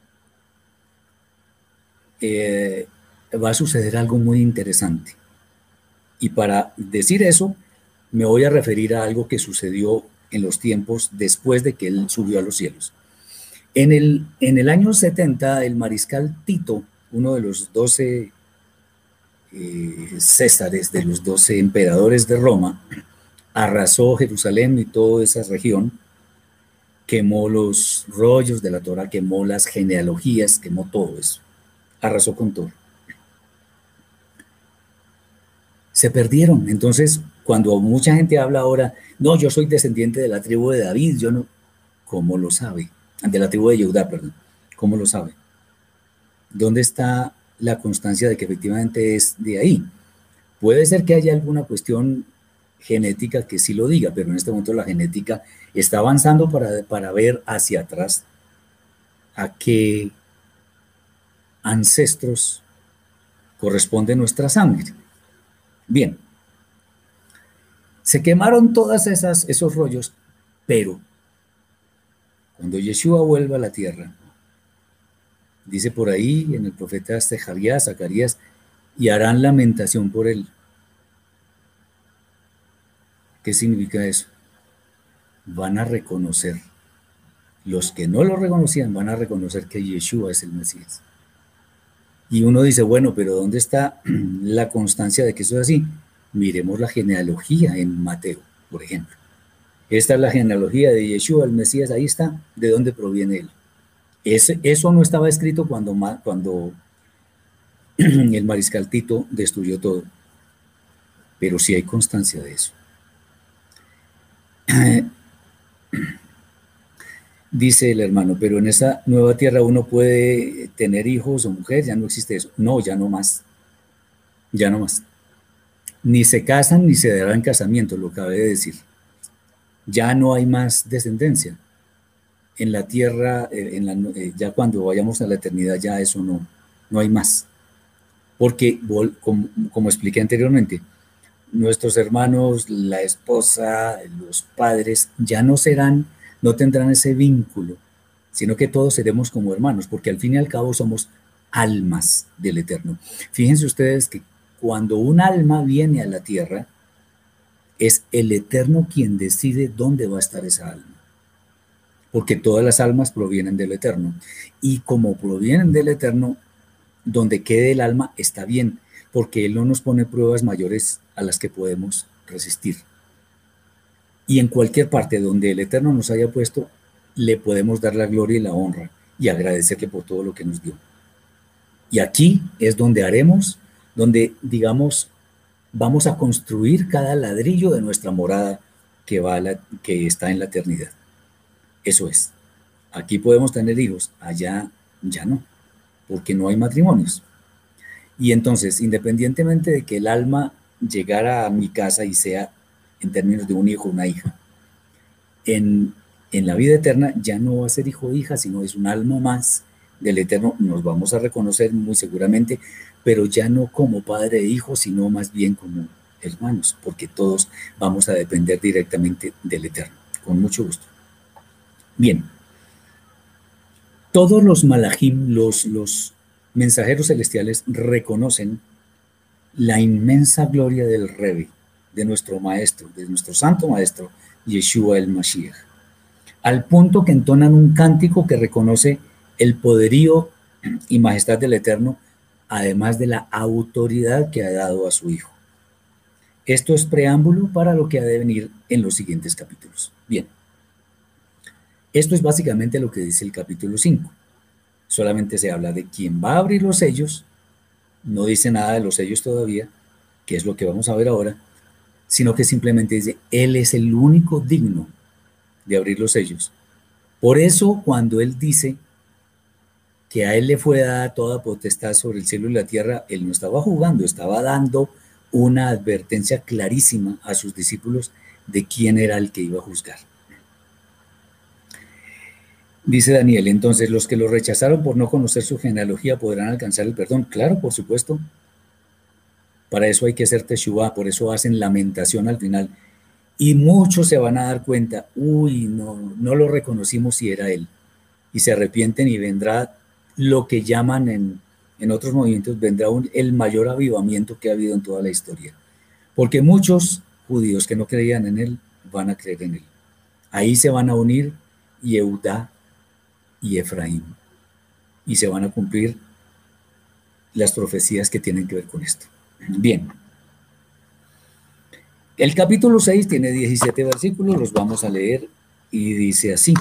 Speaker 1: eh, va a suceder algo muy interesante. Y para decir eso, me voy a referir a algo que sucedió en los tiempos después de que él subió a los cielos. En el, en el año setenta, el mariscal Tito, uno de los doce eh, césares, de los doce emperadores de Roma, arrasó Jerusalén y toda esa región, quemó los rollos de la Torá, quemó las genealogías, quemó todo eso, arrasó con todo. Se perdieron. Entonces, cuando mucha gente habla ahora, no, yo soy descendiente de la tribu de David, yo no, ¿cómo lo sabe? De la tribu de Judá, perdón, ¿cómo lo sabe? ¿Dónde está la constancia de que efectivamente es de ahí? Puede ser que haya alguna cuestión genética que sí lo diga, pero en este momento la genética está avanzando para, para ver hacia atrás a qué ancestros corresponde nuestra sangre. Bien, se quemaron todas esas esos rollos, pero cuando Yeshua vuelva a la tierra, dice por ahí en el profeta Zacarías, Zacarías, y harán lamentación por él. ¿Qué significa eso? Van a reconocer, los que no lo reconocían van a reconocer que Yeshua es el Mesías. Y uno dice, bueno, pero ¿dónde está la constancia de que eso es así? Miremos la genealogía en Mateo, por ejemplo. Esta es la genealogía de Yeshua, el Mesías, ahí está, de dónde proviene él. Ese, eso no estaba escrito cuando, cuando el mariscal Tito destruyó todo, pero sí hay constancia de eso. Dice el hermano, pero en esa nueva tierra uno puede tener hijos o mujeres, ya no existe eso. No, ya no más. Ya no más. Ni se casan ni se darán casamiento, lo acabé de decir. Ya no hay más descendencia. En la tierra, en la, ya cuando vayamos a la eternidad, ya eso no, no hay más. Porque, como, como expliqué anteriormente, nuestros hermanos, la esposa, los padres, ya no serán, no tendrán ese vínculo, sino que todos seremos como hermanos, porque al fin y al cabo somos almas del Eterno. Fíjense ustedes que cuando un alma viene a la tierra, es el Eterno quien decide dónde va a estar esa alma. Porque todas las almas provienen del Eterno. Y como provienen del Eterno, donde quede el alma está bien, porque Él no nos pone pruebas mayores a las que podemos resistir. Y en cualquier parte donde el Eterno nos haya puesto, le podemos dar la gloria y la honra y agradecerle por todo lo que nos dio. Y aquí es donde haremos, donde, digamos, vamos a construir cada ladrillo de nuestra morada que, va a la, que está en la eternidad. Eso es. Aquí podemos tener hijos, allá ya no, porque no hay matrimonios. Y entonces, independientemente de que el alma llegara a mi casa y sea en términos de un hijo o una hija, en, en la vida eterna ya no va a ser hijo o hija, sino es un alma más del Eterno nos vamos a reconocer muy seguramente, pero ya no como padre e hijo, sino más bien como hermanos, porque todos vamos a depender directamente del Eterno. Con mucho gusto. Bien, todos los malajim, los, los mensajeros celestiales, reconocen la inmensa gloria del Rebbe, de nuestro maestro, de nuestro santo maestro, Yeshua el Mashiach, al punto que entonan un cántico que reconoce el poderío y majestad del Eterno, además de la autoridad que ha dado a su Hijo. Esto es preámbulo para lo que ha de venir en los siguientes capítulos. Bien, esto es básicamente lo que dice el capítulo cinco. Solamente se habla de quién va a abrir los sellos, no dice nada de los sellos todavía, que es lo que vamos a ver ahora, sino que simplemente dice, Él es el único digno de abrir los sellos. Por eso, cuando Él dice que a Él le fue dada toda potestad sobre el cielo y la tierra, Él no estaba jugando, estaba dando una advertencia clarísima a sus discípulos de quién era el que iba a juzgar. Dice Daniel, entonces, ¿los que lo rechazaron por no conocer su genealogía podrán alcanzar el perdón? Claro, por supuesto. Para eso hay que hacer teshuvá, por eso hacen lamentación al final. Y muchos se van a dar cuenta, uy, no, no lo reconocimos si era él. Y se arrepienten y vendrá lo que llaman en, en otros movimientos, vendrá un, el mayor avivamiento que ha habido en toda la historia. Porque muchos judíos que no creían en él van a creer en él. Ahí se van a unir Yehudá y Efraín. Y se van a cumplir las profecías que tienen que ver con esto. Bien. El capítulo seis tiene diecisiete versículos, los vamos a leer y dice así.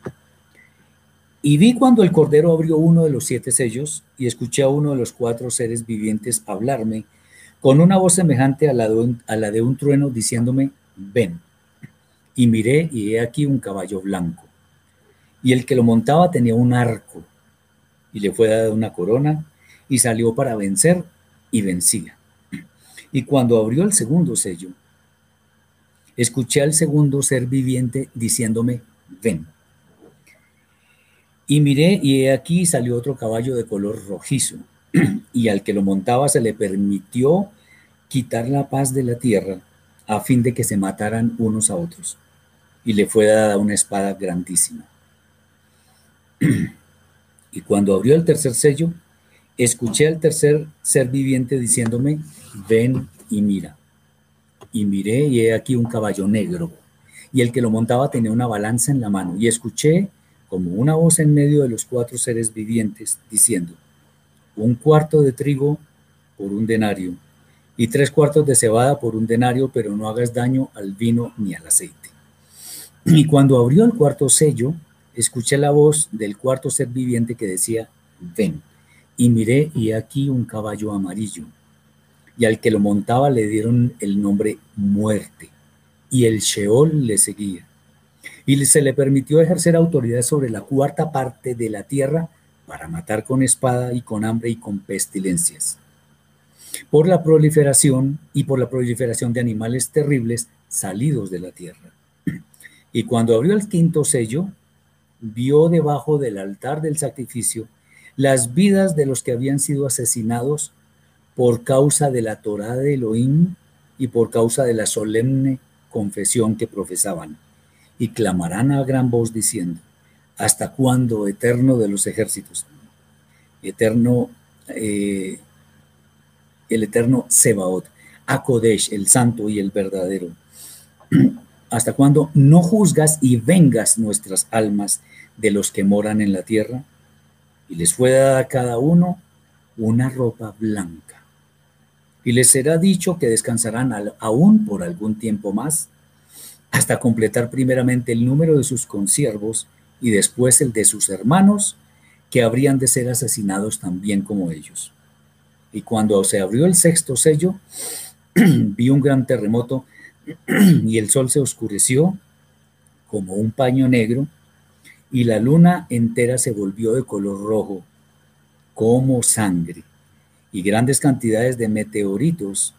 Speaker 1: Y vi cuando el Cordero abrió uno de los siete sellos y escuché a uno de los cuatro seres vivientes hablarme con una voz semejante a la de un, a la de un trueno diciéndome, ven. Y miré y he aquí un caballo blanco. Y el que lo montaba tenía un arco y le fue dada una corona y salió para vencer y vencía. Y cuando abrió el segundo sello, escuché al segundo ser viviente diciéndome, ven. Y miré y he aquí salió otro caballo de color rojizo, y al que lo montaba se le permitió quitar la paz de la tierra a fin de que se mataran unos a otros. Y le fue dada una espada grandísima. Y cuando abrió el tercer sello, escuché al tercer ser viviente diciéndome, ven y mira. Y miré y he aquí un caballo negro, y el que lo montaba tenía una balanza en la mano, y escuché como una voz en medio de los cuatro seres vivientes diciendo, un cuarto de trigo por un denario, y tres cuartos de cebada por un denario, pero no hagas daño al vino ni al aceite. Y cuando abrió el cuarto sello, escuché la voz del cuarto ser viviente que decía, ven, y miré y aquí un caballo amarillo, y al que lo montaba le dieron el nombre Muerte, y el Sheol le seguía. Y se le permitió ejercer autoridad sobre la cuarta parte de la tierra para matar con espada y con hambre y con pestilencias. Por la proliferación y por la proliferación de animales terribles salidos de la tierra. Y cuando abrió el quinto sello, vio debajo del altar del sacrificio las vidas de los que habían sido asesinados por causa de la Torá de Elohim y por causa de la solemne confesión que profesaban. Y clamarán a gran voz diciendo, ¿hasta cuándo, Eterno de los ejércitos? Eterno, eh, el Eterno Sebaot, Akodesh, el santo y el verdadero. ¿Hasta cuándo no juzgas y vengas nuestras almas de los que moran en la tierra? Y les fue dada a cada uno una ropa blanca. Y les será dicho que descansarán al, aún por algún tiempo más, hasta completar primeramente el número de sus consiervos y después el de sus hermanos, que habrían de ser asesinados también como ellos. Y cuando se abrió el sexto sello, vi un gran terremoto y el sol se oscureció como un paño negro y la luna entera se volvió de color rojo como sangre y grandes cantidades de meteoritos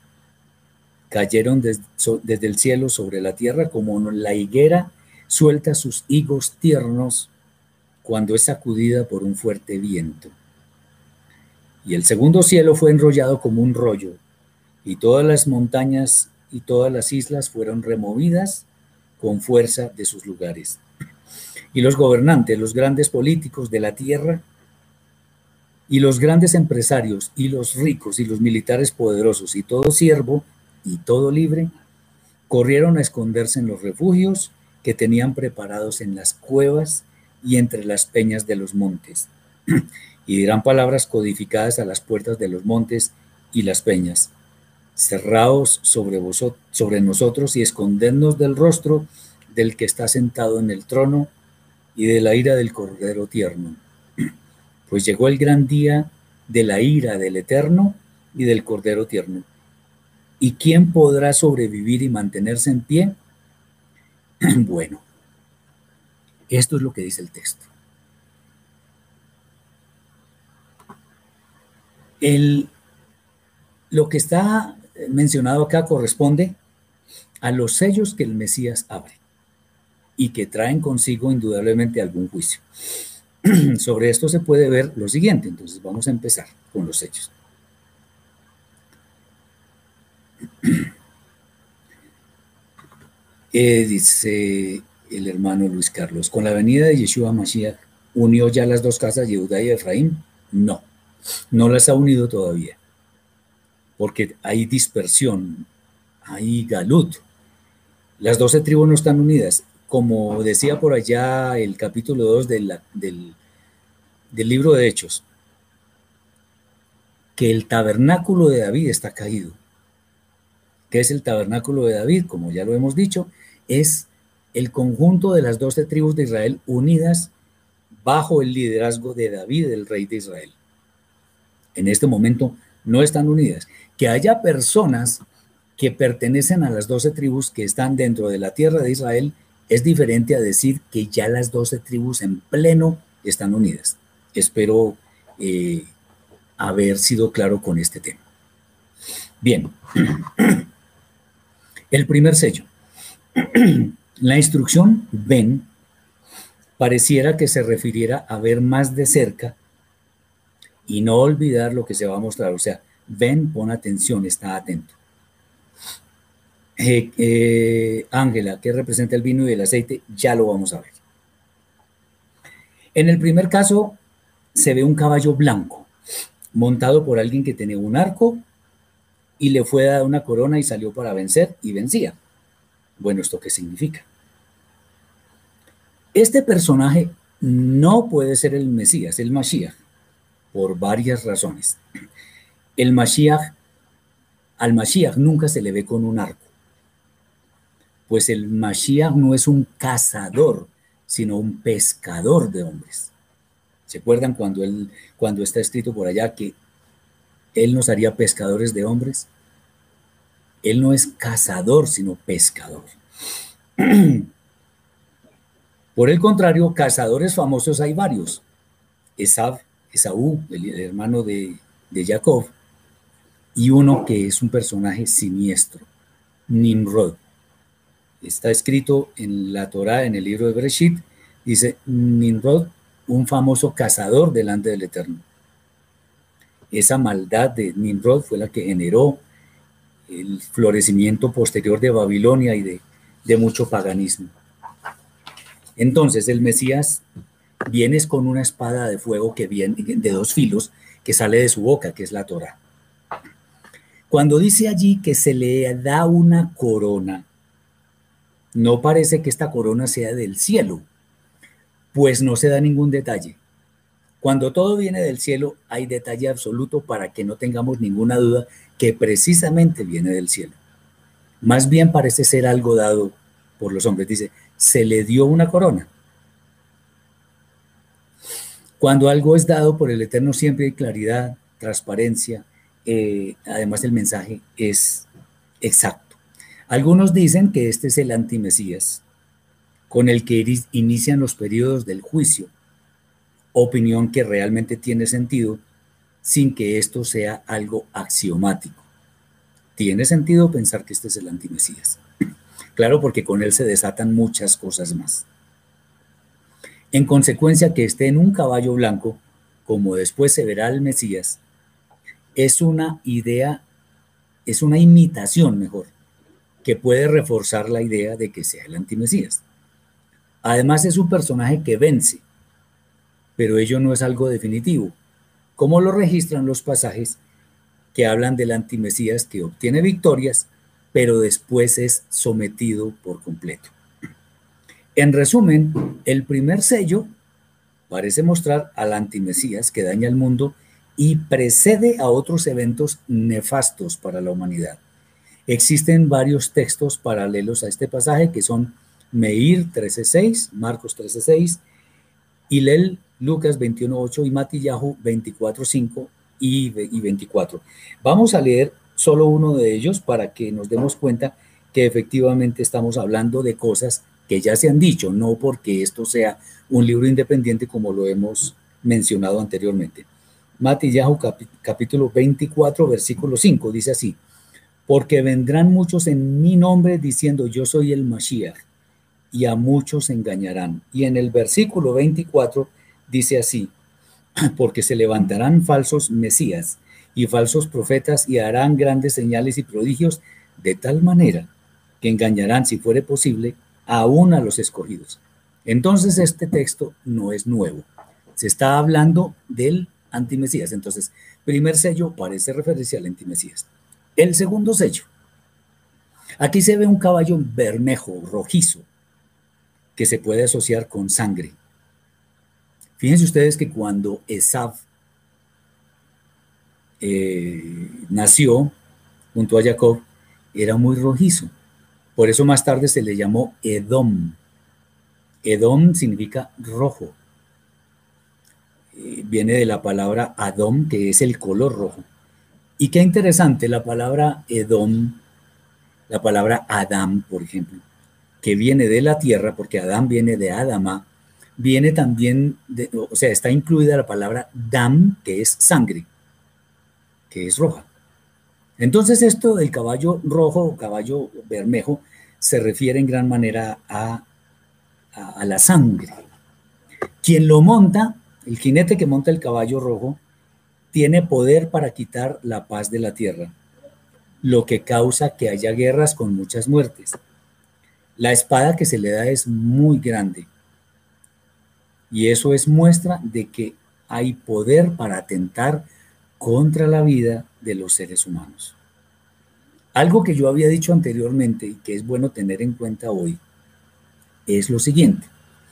Speaker 1: cayeron des, so, desde el cielo sobre la tierra como la higuera suelta sus higos tiernos cuando es sacudida por un fuerte viento. Y el segundo cielo fue enrollado como un rollo, y todas las montañas y todas las islas fueron removidas con fuerza de sus lugares. Y los gobernantes, los grandes políticos de la tierra, y los grandes empresarios, y los ricos, y los militares poderosos, y todo siervo, y todo libre, corrieron a esconderse en los refugios que tenían preparados en las cuevas y entre las peñas de los montes. Y dirán palabras codificadas a las puertas de los montes y las peñas: cerraos sobre vosotros, sobre nosotros, y escondednos del rostro del que está sentado en el trono y de la ira del Cordero tierno. Pues llegó el gran día de la ira del Eterno y del Cordero tierno. ¿Y quién podrá sobrevivir y mantenerse en pie? Bueno, esto es lo que dice el texto. El, lo que está mencionado acá corresponde a los sellos que el Mesías abre y que traen consigo indudablemente algún juicio. Sobre esto se puede ver lo siguiente. Entonces vamos a empezar con los sellos. Eh, dice el hermano Luis Carlos: con la venida de Yeshua Mashiach, ¿unió ya las dos casas, Yehudá y Efraín? No, no las ha unido todavía, porque hay dispersión, hay galut. Las doce tribus no están unidas. Como decía por allá el capítulo dos de la, del, del libro de Hechos, que el tabernáculo de David está caído. ¿Qué es el tabernáculo de David? Como ya lo hemos dicho, es el conjunto de las doce tribus de Israel unidas bajo el liderazgo de David, el rey de Israel. En este momento no están unidas. Que haya personas que pertenecen a las doce tribus que están dentro de la tierra de Israel es diferente a decir que ya las doce tribus en pleno están unidas. Espero eh, haber sido claro con este tema. Bien. El primer sello. La instrucción ven pareciera que se refiriera a ver más de cerca y no olvidar lo que se va a mostrar. O sea, ven, pon atención, está atento. Eh, eh, Ángela, ¿qué representa el vino y el aceite? Ya lo vamos a ver. En el primer caso se ve un caballo blanco montado por alguien que tenía un arco y le fue dada una corona y salió para vencer y vencía. Bueno, ¿esto qué significa? Este personaje no puede ser el Mesías, el Mashiach, por varias razones. El Mashiach, al Mashiach nunca se le ve con un arco, pues el Mashiach no es un cazador, sino un pescador de hombres. ¿Se acuerdan cuando, él, cuando está escrito por allá que él nos haría pescadores de hombres? Él no es cazador, sino pescador. Por el contrario, cazadores famosos hay varios. Esaú, Esaú el, el hermano de, de Jacob, y uno que es un personaje siniestro, Nimrod. Está escrito en la Torá, en el libro de Bereshit, dice Nimrod, un famoso cazador delante del Eterno. Esa maldad de Nimrod fue la que generó el florecimiento posterior de Babilonia y de, de mucho paganismo. Entonces el Mesías viene con una espada de fuego que viene de dos filos que sale de su boca, que es la Torá. Cuando dice allí que se le da una corona, no parece que esta corona sea del cielo, pues no se da ningún detalle. Cuando todo viene del cielo, hay detalle absoluto para que no tengamos ninguna duda que precisamente viene del cielo. Más bien parece ser algo dado por los hombres. Dice, se le dio una corona. Cuando algo es dado por el Eterno siempre hay claridad, transparencia, eh, además el mensaje es exacto. Algunos dicen que este es el antimesías, con el que inician los periodos del juicio, opinión que realmente tiene sentido sin que esto sea algo axiomático. Tiene sentido pensar que este es el antimesías. Claro, porque con él se desatan muchas cosas más. En consecuencia, que esté en un caballo blanco, como después se verá el Mesías, es una idea, es una imitación mejor, que puede reforzar la idea de que sea el antimesías. Además es un personaje que vence, pero ello no es algo definitivo, como lo registran los pasajes que hablan del antimesías que obtiene victorias, pero después es sometido por completo. En resumen, el primer sello parece mostrar al antimesías que daña el mundo y precede a otros eventos nefastos para la humanidad. Existen varios textos paralelos a este pasaje que son Meir trece seis, Marcos trece seis, Hillel Lucas veintiuno ocho y Matillahu veinticuatro cinco y veinticuatro. Vamos a leer solo uno de ellos para que nos demos cuenta que efectivamente estamos hablando de cosas que ya se han dicho, no porque esto sea un libro independiente como lo hemos mencionado anteriormente. Matillahu capítulo veinticuatro, versículo cinco, dice así: porque vendrán muchos en mi nombre diciendo yo soy el Mashiach, y a muchos engañarán. Y en el versículo veinticuatro dice así: porque se levantarán falsos mesías y falsos profetas y harán grandes señales y prodigios, de tal manera que engañarán, si fuere posible, aún a los escogidos. Entonces este texto no es nuevo, se está hablando del antimesías. Entonces, primer sello parece referirse al antimesías. El segundo sello, aquí se ve un caballo bermejo, rojizo, que se puede asociar con sangre. Fíjense ustedes que cuando Esav eh, nació junto a Jacob, era muy rojizo. Por eso más tarde se le llamó Edom. Edom significa rojo. Eh, viene de la palabra Adom, que es el color rojo. Y qué interesante, la palabra Edom, la palabra Adam, por ejemplo, que viene de la tierra, porque Adán viene de Adama, viene también, de, o sea, está incluida la palabra Dam, que es sangre, que es roja. Entonces esto del caballo rojo o caballo bermejo se refiere en gran manera a, a, a la sangre. Quien lo monta, el jinete que monta el caballo rojo, tiene poder para quitar la paz de la tierra, lo que causa que haya guerras con muchas muertes. La espada que se le da es muy grande, y eso es muestra de que hay poder para atentar contra la vida de los seres humanos. Algo que yo había dicho anteriormente y que es bueno tener en cuenta hoy es lo siguiente.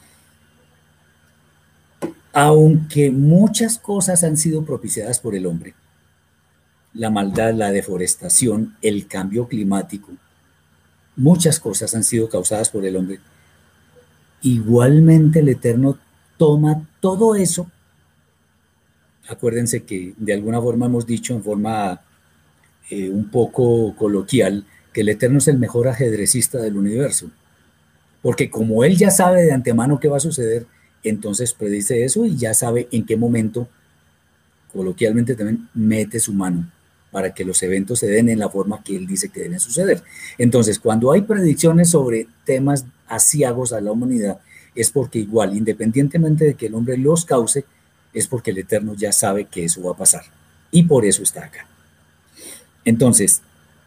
Speaker 1: Aunque muchas cosas han sido propiciadas por el hombre, la maldad, la deforestación, el cambio climático, muchas cosas han sido causadas por el hombre, igualmente el Eterno toma todo eso. Acuérdense que de alguna forma hemos dicho en forma eh, un poco coloquial que el Eterno es el mejor ajedrecista del universo, porque como Él ya sabe de antemano qué va a suceder, entonces predice eso y ya sabe en qué momento, coloquialmente también, mete su mano para que los eventos se den en la forma que Él dice que deben suceder. Entonces, cuando hay predicciones sobre temas aciagos a la humanidad, es porque igual, independientemente de que el hombre los cause, es porque el Eterno ya sabe que eso va a pasar. Y por eso está acá. Entonces,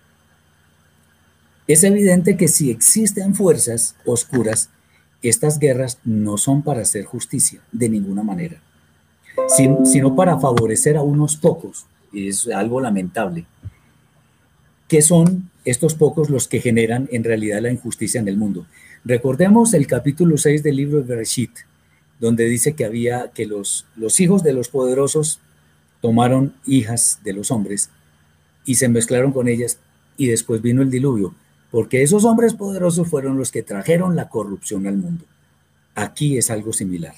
Speaker 1: es evidente que si existen fuerzas oscuras, estas guerras no son para hacer justicia, de ninguna manera, sino para favorecer a unos pocos, y es algo lamentable, que son estos pocos los que generan en realidad la injusticia en el mundo. Recordemos el capítulo seis del libro de Bereshit, donde dice que había que los, los hijos de los poderosos tomaron hijas de los hombres y se mezclaron con ellas, y después vino el diluvio, porque esos hombres poderosos fueron los que trajeron la corrupción al mundo. Aquí es algo similar.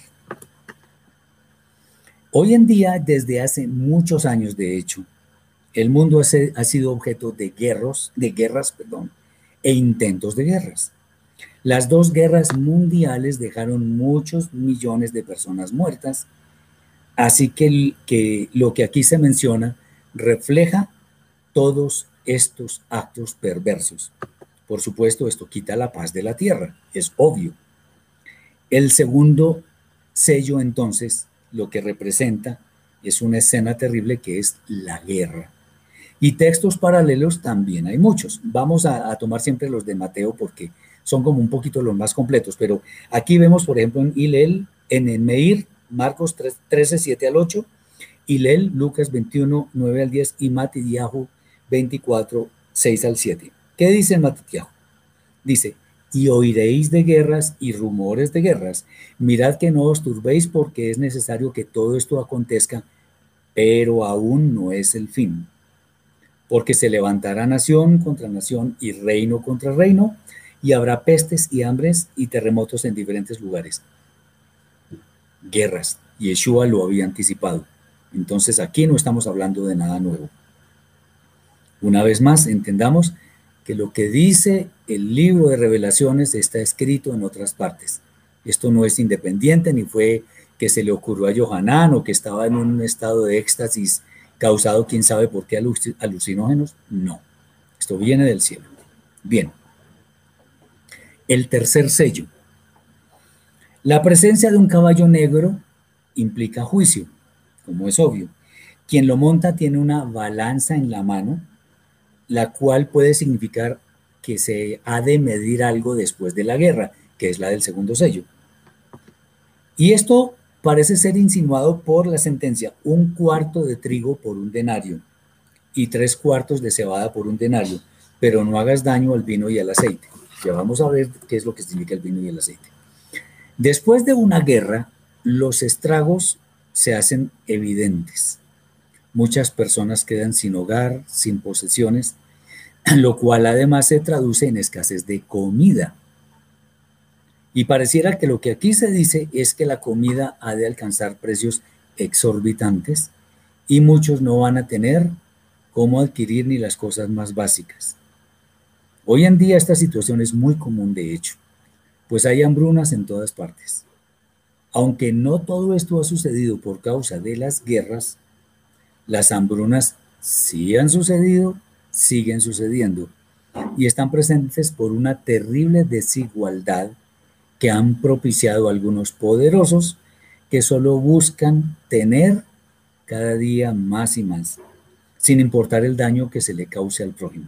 Speaker 1: Hoy en día, desde hace muchos años de hecho, el mundo ha sido objeto de guerras, de guerras, perdón, e intentos de guerras. Las dos guerras mundiales dejaron muchos millones de personas muertas, así que, que lo que aquí se menciona refleja todos estos actos perversos. Por supuesto, esto quita la paz de la tierra, es obvio. El segundo sello, entonces, lo que representa es una escena terrible que es la guerra. Y textos paralelos también hay muchos. Vamos a, a tomar siempre los de Mateo porque son como un poquito los más completos, pero aquí vemos, por ejemplo, en Hillel, en el Meir, Marcos trece, siete al ocho, Hillel, Lucas veintiuno, nueve al diez y Matityahu veinticuatro, seis al siete. ¿Qué dice Matityahu? Dice, y oiréis de guerras y rumores de guerras. Mirad que no os turbéis porque es necesario que todo esto acontezca, pero aún no es el fin. Porque se levantará nación contra nación y reino contra reino, y habrá pestes y hambres y terremotos en diferentes lugares. Guerras. Yeshua lo había anticipado. Entonces aquí no estamos hablando de nada nuevo. Una vez más, entendamos que lo que dice el libro de Revelaciones está escrito en otras partes. Esto no es independiente, ni fue que se le ocurrió a Yohanan o que estaba en un estado de éxtasis causado quién sabe por qué alucinógenos. No, esto viene del cielo. Bien, el tercer sello. La presencia de un caballo negro implica juicio, como es obvio. Quien lo monta tiene una balanza en la mano, la cual puede significar que se ha de medir algo después de la guerra, que es la del segundo sello. Y esto parece ser insinuado por la sentencia, un cuarto de trigo por un denario y tres cuartos de cebada por un denario, pero no hagas daño al vino y al aceite. Ya vamos a ver qué es lo que significa el vino y el aceite. Después de una guerra, los estragos se hacen evidentes. Muchas personas quedan sin hogar, sin posesiones, lo cual además se traduce en escasez de comida. Y pareciera que lo que aquí se dice es que la comida ha de alcanzar precios exorbitantes y muchos no van a tener cómo adquirir ni las cosas más básicas. Hoy en día esta situación es muy común, de hecho, pues hay hambrunas en todas partes. Aunque no todo esto ha sucedido por causa de las guerras, las hambrunas sí han sucedido, siguen sucediendo y están presentes por una terrible desigualdad que han propiciado algunos poderosos que solo buscan tener cada día más y más, sin importar el daño que se le cause al prójimo.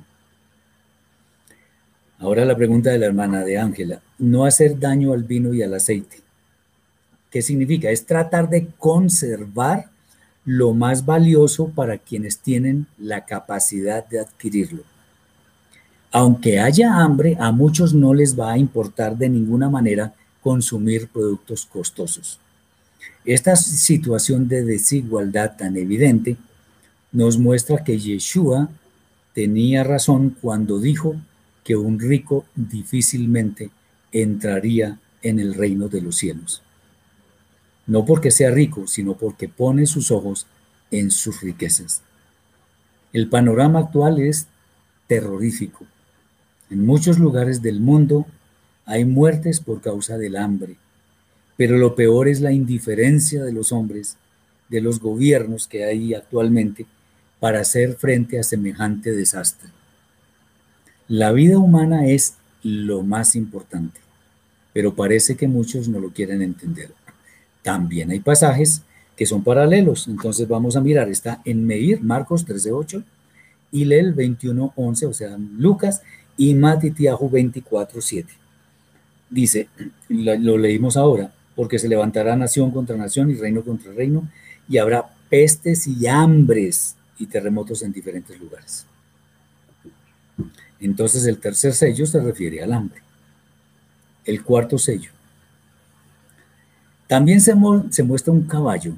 Speaker 1: Ahora la pregunta de la hermana de Ángela, no hacer daño al vino y al aceite. ¿Qué significa? Es tratar de conservar lo más valioso para quienes tienen la capacidad de adquirirlo. Aunque haya hambre, a muchos no les va a importar de ninguna manera consumir productos costosos. Esta situación de desigualdad tan evidente nos muestra que Yeshua tenía razón cuando dijo que un rico difícilmente entraría en el reino de los cielos. No porque sea rico, sino porque pone sus ojos en sus riquezas. El panorama actual es terrorífico. En muchos lugares del mundo hay muertes por causa del hambre, pero lo peor es la indiferencia de los hombres, de los gobiernos que hay actualmente para hacer frente a semejante desastre. La vida humana es lo más importante, pero parece que muchos no lo quieren entender. También hay pasajes que son paralelos, entonces vamos a mirar, está en Meir, Marcos trece ocho, Hillel veintiuno once, o sea, Lucas, y Matityahu veinticuatro siete. Dice, lo, lo leímos ahora, porque se levantará nación contra nación y reino contra reino, y habrá pestes y hambres y terremotos en diferentes lugares. Entonces el tercer sello se refiere al hambre. El cuarto sello. También se, mu se muestra un caballo,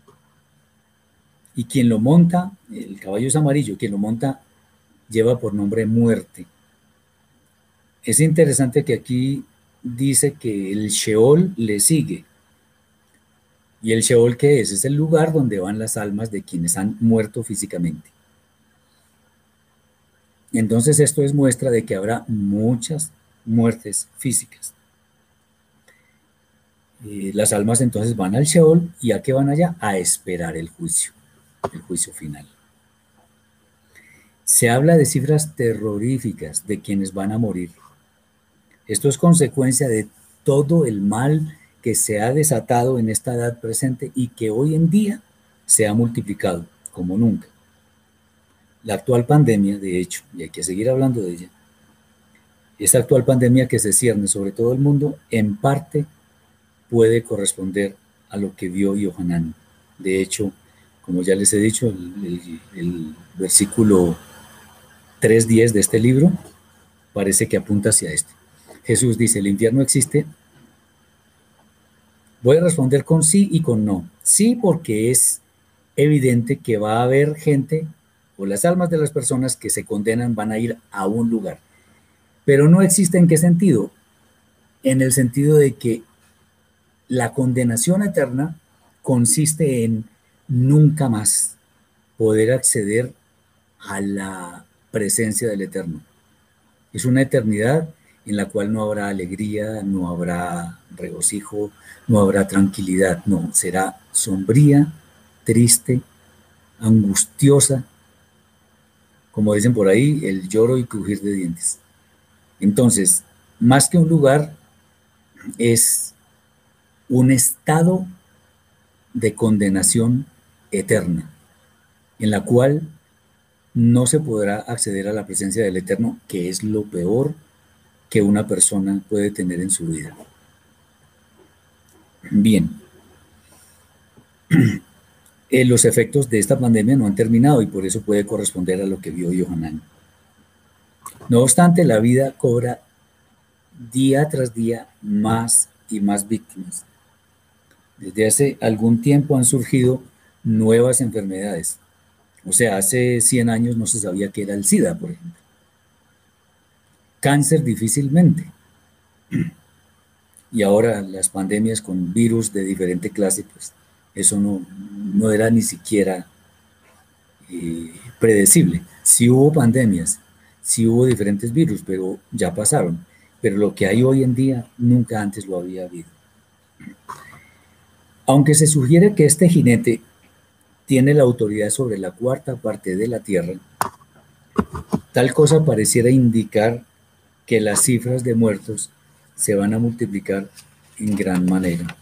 Speaker 1: y quien lo monta, el caballo es amarillo, quien lo monta lleva por nombre muerte. Es interesante que aquí dice que el Sheol le sigue. ¿Y el Sheol qué es? Es el lugar donde van las almas de quienes han muerto físicamente. Entonces esto es muestra de que habrá muchas muertes físicas. Eh, las almas entonces van al Sheol, ¿y a qué van allá? A esperar el juicio, el juicio final. Se habla de cifras terroríficas de quienes van a morir. Esto es consecuencia de todo el mal que se ha desatado en esta edad presente y que hoy en día se ha multiplicado como nunca. La actual pandemia, de hecho, y hay que seguir hablando de ella, esta actual pandemia que se cierne sobre todo el mundo, en parte puede corresponder a lo que vio Yohanan. De hecho, como ya les he dicho, el, el, el versículo tres diez de este libro parece que apunta hacia esto. Jesús dice, el infierno existe. Voy a responder con sí y con no. Sí, porque es evidente que va a haber gente, o las almas de las personas que se condenan van a ir a un lugar. Pero no existe en qué sentido. En el sentido de que la condenación eterna consiste en nunca más poder acceder a la presencia del Eterno. Es una eternidad en la cual no habrá alegría, no habrá regocijo, no habrá tranquilidad, no, será sombría, triste, angustiosa, como dicen por ahí, el lloro y crujir de dientes. Entonces, más que un lugar, es un estado de condenación eterna, en la cual no se podrá acceder a la presencia del Eterno, que es lo peor que una persona puede tener en su vida. Bien, eh, los efectos de esta pandemia no han terminado y por eso puede corresponder a lo que vio Yohanan. No obstante, la vida cobra día tras día más y más víctimas. Desde hace algún tiempo han surgido nuevas enfermedades. O sea, hace cien años no se sabía qué era el SIDA, por ejemplo. Cáncer difícilmente. Y ahora las pandemias con virus de diferente clase, pues eso no, no era ni siquiera eh, predecible. Sí hubo pandemias, sí hubo diferentes virus, pero ya pasaron. Pero lo que hay hoy en día nunca antes lo había habido. Aunque se sugiere que este jinete tiene la autoridad sobre la cuarta parte de la Tierra, tal cosa pareciera indicar que las cifras de muertos se van a multiplicar en gran manera.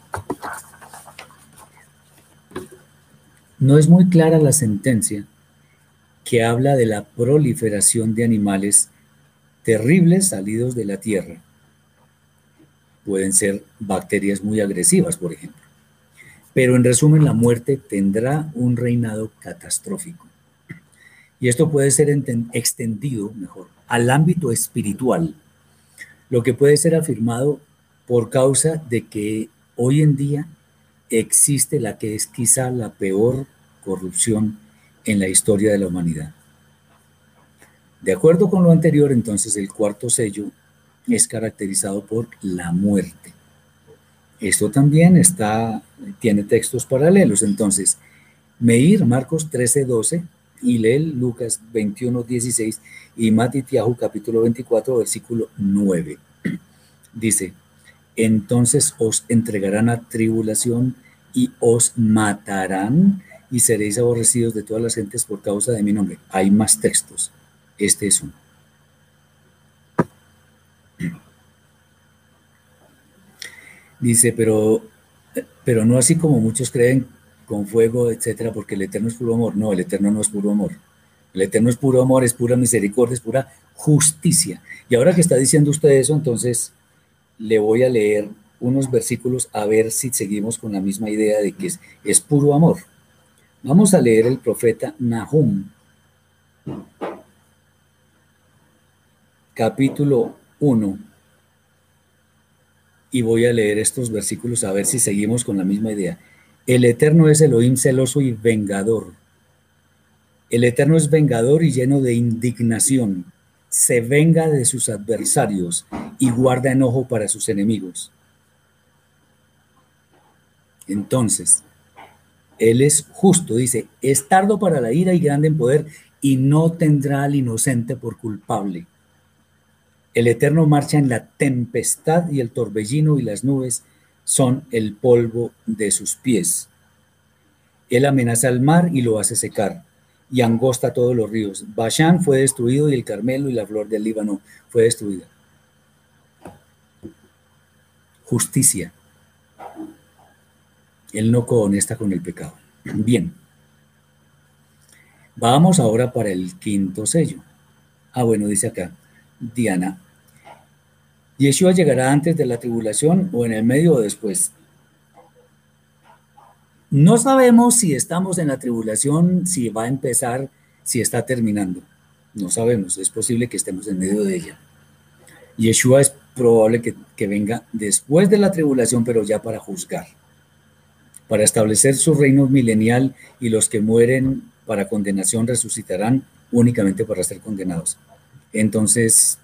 Speaker 1: No es muy clara la sentencia que habla de la proliferación de animales terribles salidos de la Tierra. Pueden ser bacterias muy agresivas, por ejemplo. Pero en resumen, la muerte tendrá un reinado catastrófico. Y esto puede ser extendido, mejor, al ámbito espiritual, lo que puede ser afirmado por causa de que hoy en día existe la que es quizá la peor corrupción en la historia de la humanidad. De acuerdo con lo anterior, entonces, el cuarto sello es caracterizado por la muerte. Esto también está, tiene textos paralelos. Entonces, Meir, Marcos trece doce, Hillel, Lucas veintiuno dieciséis y Matitiahu, capítulo veinticuatro, versículo nueve. Dice, entonces os entregarán a tribulación y os matarán y seréis aborrecidos de todas las gentes por causa de mi nombre. Hay más textos. Este es uno. Dice, pero, pero no así como muchos creen, con fuego, etcétera, porque el Eterno es puro amor. No, el Eterno no es puro amor. El Eterno es puro amor, es pura misericordia, es pura justicia. Y ahora que está diciendo usted eso, entonces le voy a leer unos versículos a ver si seguimos con la misma idea de que es, es puro amor. Vamos a leer el profeta Nahum, capítulo uno. Y voy a leer estos versículos a ver si seguimos con la misma idea. El Eterno es Elohim celoso y vengador. El Eterno es vengador y lleno de indignación. Se venga de sus adversarios y guarda enojo para sus enemigos. Entonces, Él es justo, dice, es tardo para la ira y grande en poder y no tendrá al inocente por culpable. El Eterno marcha en la tempestad y el torbellino y las nubes son el polvo de sus pies. Él amenaza al mar y lo hace secar y angosta todos los ríos. Bashán fue destruido y el Carmelo y la flor del Líbano fue destruida. Justicia. Él no cohonesta con el pecado. Bien. Vamos ahora para el quinto sello. Ah, bueno, dice acá, Diana. ¿Yeshua llegará antes de la tribulación o en el medio o después? No sabemos si estamos en la tribulación, si va a empezar, si está terminando. No sabemos, es posible que estemos en medio de ella. Yeshua es probable que, que venga después de la tribulación, pero ya para juzgar, para establecer su reino milenial, y los que mueren para condenación resucitarán únicamente para ser condenados. Entonces,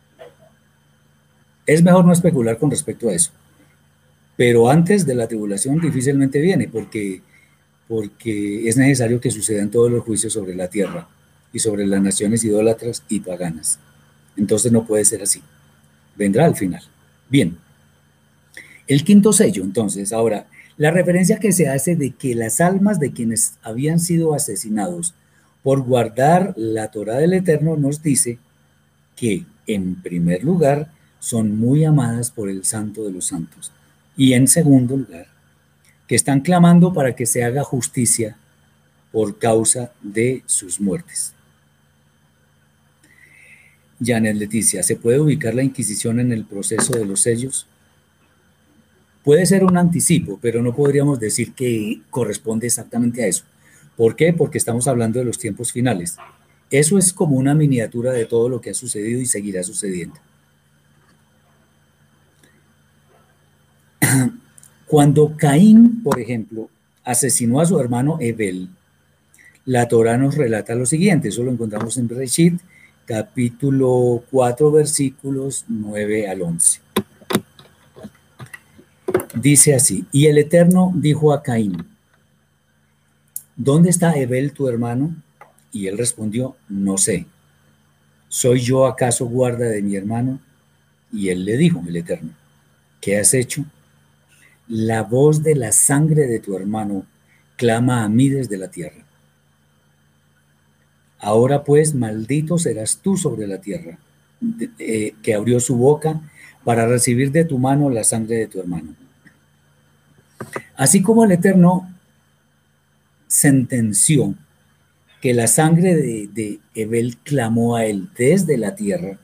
Speaker 1: es mejor no especular con respecto a eso. Pero antes de la tribulación difícilmente viene, porque, porque es necesario que sucedan todos los juicios sobre la tierra y sobre las naciones idólatras y paganas. Entonces no puede ser así. Vendrá al final. Bien. El quinto sello, entonces, ahora, la referencia que se hace de que las almas de quienes habían sido asesinados por guardar la Torá del Eterno nos dice que, en primer lugar, son muy amadas por el Santo de los Santos. Y en segundo lugar, que están clamando para que se haga justicia por causa de sus muertes. Janet Leticia, ¿se puede ubicar la Inquisición en el proceso de los sellos? Puede ser un anticipo, pero no podríamos decir que corresponde exactamente a eso. ¿Por qué? Porque estamos hablando de los tiempos finales. Eso es como una miniatura de todo lo que ha sucedido y seguirá sucediendo. Cuando Caín, por ejemplo, asesinó a su hermano Ebel, la Torá nos relata lo siguiente, eso lo encontramos en Bereshit, capítulo cuatro, versículos nueve al once. Dice así, y el Eterno dijo a Caín, ¿dónde está Ebel tu hermano? Y él respondió, no sé. ¿Soy yo acaso guarda de mi hermano? Y él le dijo, el Eterno, ¿qué has hecho? La voz de la sangre de tu hermano clama a mí desde la tierra. Ahora pues, maldito serás tú sobre la tierra, eh, que abrió su boca para recibir de tu mano la sangre de tu hermano. Así como el Eterno sentenció que la sangre de, de Ebel clamó a él desde la tierra,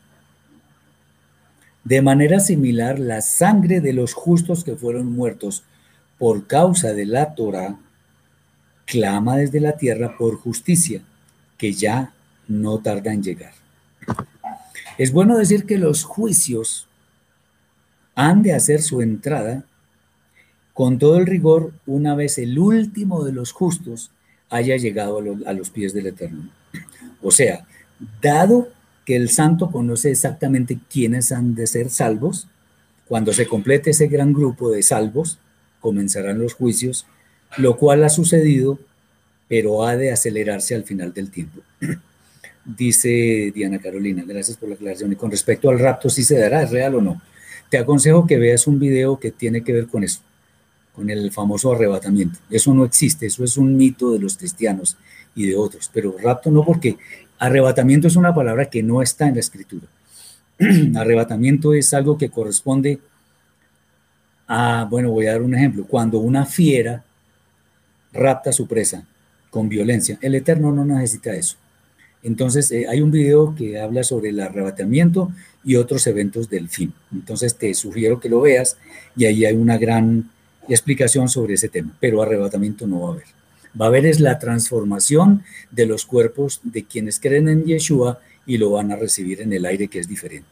Speaker 1: de manera similar, la sangre de los justos que fueron muertos por causa de la Torá clama desde la tierra por justicia, que ya no tarda en llegar. Es bueno decir que los juicios han de hacer su entrada con todo el rigor una vez el último de los justos haya llegado a, lo, a los pies del Eterno. O sea, dado que el santo conoce exactamente quiénes han de ser salvos, cuando se complete ese gran grupo de salvos, comenzarán los juicios, lo cual ha sucedido, pero ha de acelerarse al final del tiempo. Dice Diana Carolina, gracias por la aclaración. Y con respecto al rapto, ¿sí se dará? ¿Es real o no? Te aconsejo que veas un video que tiene que ver con eso, con el famoso arrebatamiento. Eso no existe, eso es un mito de los cristianos y de otros, pero rapto no, porque arrebatamiento es una palabra que no está en la escritura. Arrebatamiento es algo que corresponde a, bueno, voy a dar un ejemplo, cuando una fiera rapta a su presa con violencia, el Eterno no necesita eso. Entonces eh, hay un video que habla sobre el arrebatamiento y otros eventos del fin. Entonces te sugiero que lo veas y ahí hay una gran explicación sobre ese tema, pero arrebatamiento no va a haber. Va a haber es la transformación de los cuerpos de quienes creen en Yeshua y lo van a recibir en el aire, que es diferente.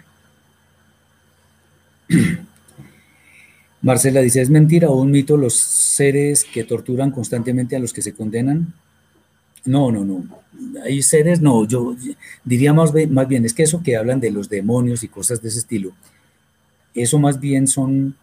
Speaker 1: Marcela dice, ¿es mentira o un mito los seres que torturan constantemente a los que se condenan? No, no, no. Hay seres, no, yo diría más bien, más bien, es que eso que hablan de los demonios y cosas de ese estilo, eso más bien son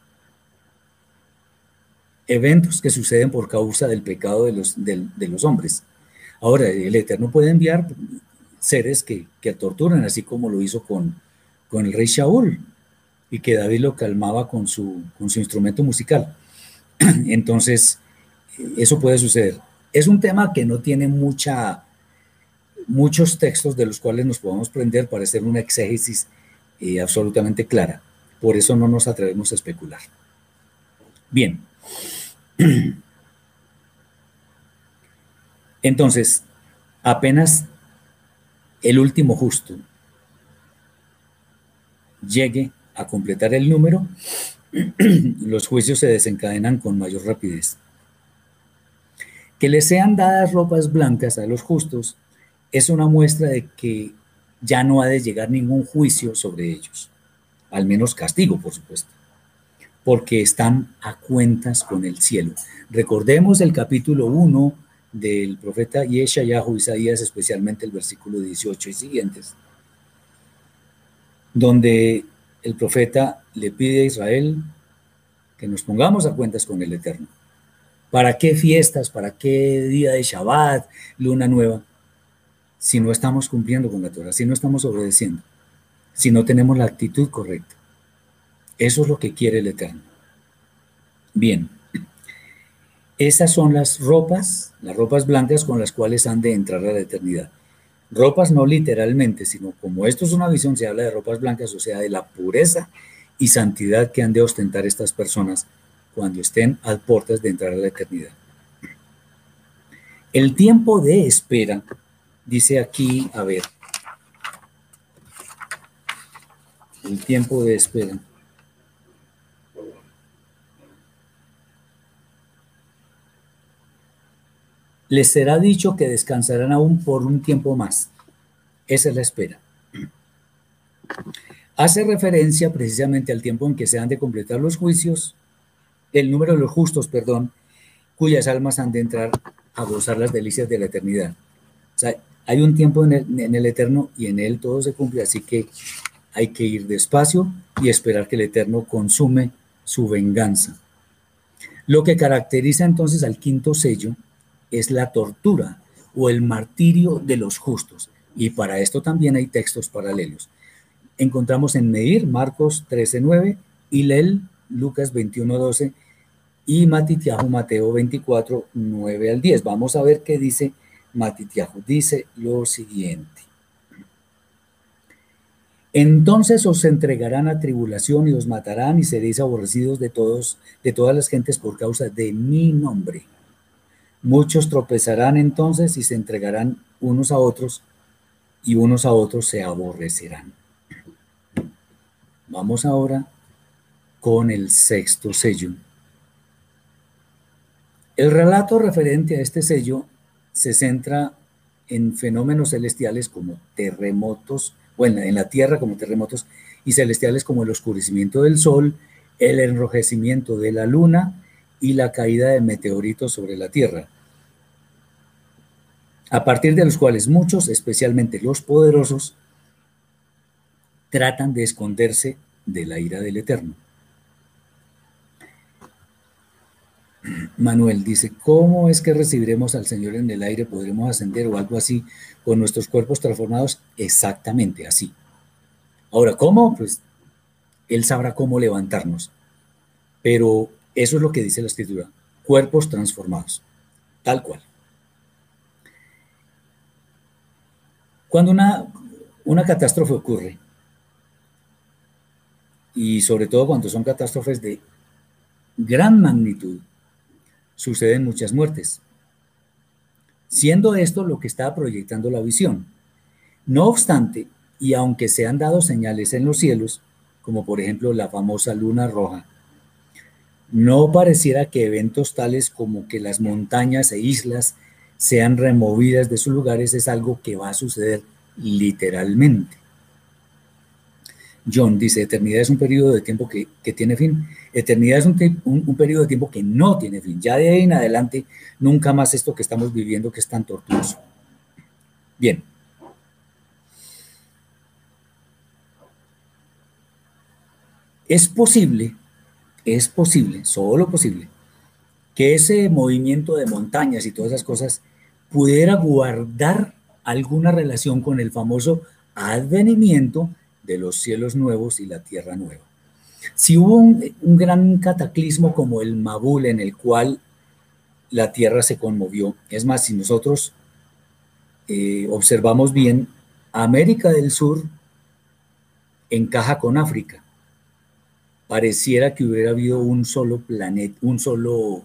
Speaker 1: eventos que suceden por causa del pecado de los, de, de los hombres. Ahora, el Eterno puede enviar seres que, que torturan, así como lo hizo con, con el rey Shaul, y que David lo calmaba con su, con su instrumento musical. Entonces, eso puede suceder. Es un tema que no tiene mucha, muchos textos de los cuales nos podamos prender para hacer una exégesis eh, absolutamente clara. Por eso no nos atrevemos a especular. Bien. Entonces, apenas el último justo llegue a completar el número, los juicios se desencadenan con mayor rapidez. Que les sean dadas ropas blancas a los justos es una muestra de que ya no ha de llegar ningún juicio sobre ellos, al menos castigo, por supuesto, porque están a cuentas con el cielo. Recordemos el capítulo uno del profeta Yeshayahu, Isaías, especialmente el versículo dieciocho y siguientes, donde el profeta le pide a Israel que nos pongamos a cuentas con el Eterno. ¿Para qué fiestas? ¿Para qué día de Shabbat, luna nueva? Si no estamos cumpliendo con la Torah, si no estamos obedeciendo, si no tenemos la actitud correcta. Eso es lo que quiere el Eterno. Bien, esas son las ropas, las ropas blancas con las cuales han de entrar a la eternidad. Ropas no literalmente, sino como esto es una visión, se habla de ropas blancas, o sea, de la pureza y santidad que han de ostentar estas personas cuando estén a puertas de entrar a la eternidad. El tiempo de espera, dice aquí, a ver, el tiempo de espera. Les será dicho que descansarán aún por un tiempo más. Esa es la espera. Hace referencia precisamente al tiempo en que se han de completar los juicios, el número de los justos, perdón, cuyas almas han de entrar a gozar las delicias de la eternidad. O sea, hay un tiempo en el, en el Eterno y en él todo se cumple, así que hay que ir despacio y esperar que el Eterno consume su venganza. Lo que caracteriza entonces al quinto sello es la tortura o el martirio de los justos. Y para esto también hay textos paralelos. Encontramos en Meir, Marcos trece nueve, Hillel, Lucas veintiuno doce y Matityahu, Mateo veinticuatro nueve al diez. Vamos a ver qué dice Matityahu. Dice lo siguiente. Entonces os entregarán a tribulación y os matarán y seréis aborrecidos de todos, de todas las gentes por causa de mi nombre. Muchos tropezarán entonces y se entregarán unos a otros y unos a otros se aborrecerán. Vamos ahora con el sexto sello. El relato referente a este sello se centra en fenómenos celestiales como terremotos, bueno, en la tierra como terremotos, y celestiales como el oscurecimiento del sol, el enrojecimiento de la luna y la caída de meteoritos sobre la tierra, a partir de los cuales muchos, especialmente los poderosos, tratan de esconderse de la ira del Eterno. Manuel dice, ¿cómo es que recibiremos al Señor en el aire? ¿Podremos ascender o algo así con nuestros cuerpos transformados? Exactamente así. Ahora, ¿cómo? Pues Él sabrá cómo levantarnos. Pero eso es lo que dice la Escritura, cuerpos transformados, tal cual. Cuando una, una catástrofe ocurre, y sobre todo cuando son catástrofes de gran magnitud, suceden muchas muertes, siendo esto lo que está proyectando la visión. No obstante, y aunque se han dado señales en los cielos, como por ejemplo la famosa luna roja, no pareciera que eventos tales como que las montañas e islas sean removidas de sus lugares es algo que va a suceder literalmente. John dice, eternidad es un periodo de tiempo que, que tiene fin. Eternidad es un, un, un periodo de tiempo que no tiene fin. Ya de ahí en adelante, nunca más esto que estamos viviendo que es tan tortuoso. Bien. Es posible, es posible, solo posible, que ese movimiento de montañas y todas esas cosas pudiera guardar alguna relación con el famoso advenimiento de los cielos nuevos y la tierra nueva. Si hubo un, un gran cataclismo como el Mabul en el cual la tierra se conmovió, es más, si nosotros eh, observamos bien, América del Sur encaja con África. Pareciera que hubiera habido un solo planeta, un solo,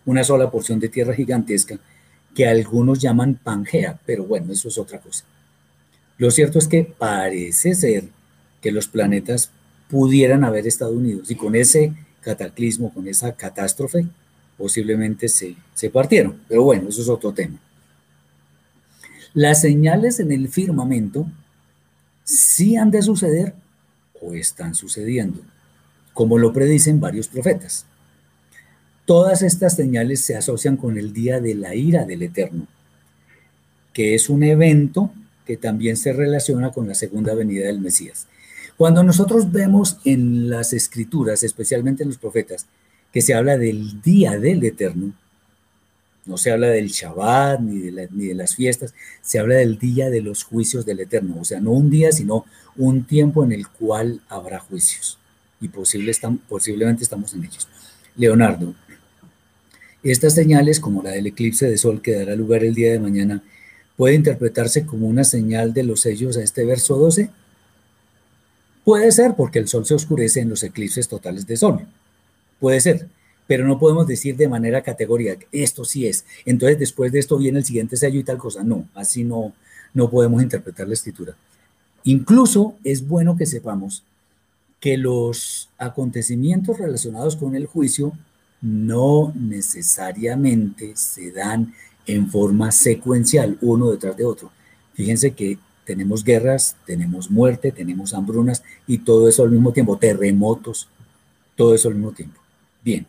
Speaker 1: una sola porción de tierra gigantesca que algunos llaman Pangea, pero bueno, eso es otra cosa. Lo cierto es que parece ser que los planetas pudieran haber estado unidos y con ese cataclismo, con esa catástrofe, posiblemente se, se partieron. Pero bueno, eso es otro tema. Las señales en el firmamento sí han de suceder o están sucediendo, como lo predicen varios profetas. Todas estas señales se asocian con el día de la ira del Eterno, que es un evento que también se relaciona con la segunda venida del Mesías. Cuando nosotros vemos en las escrituras, especialmente en los profetas, que se habla del día del Eterno, no se habla del Shabbat ni de, la, ni de las fiestas, se habla del día de los juicios del Eterno, o sea, no un día, sino un tiempo en el cual habrá juicios, y posible están, posiblemente estamos en ellos. Leonardo, estas señales, como la del eclipse de sol que dará lugar el día de mañana, ¿puede interpretarse como una señal de los sellos a este verso doce? Puede ser, porque el sol se oscurece en los eclipses totales de sol. Puede ser, pero no podemos decir de manera categórica, esto sí es. Entonces, después de esto viene el siguiente sello y tal cosa. No, así no, no podemos interpretar la escritura. Incluso es bueno que sepamos que los acontecimientos relacionados con el juicio no necesariamente se dan en forma secuencial, uno detrás de otro. Fíjense que tenemos guerras, tenemos muerte, tenemos hambrunas y todo eso al mismo tiempo, terremotos, todo eso al mismo tiempo. Bien.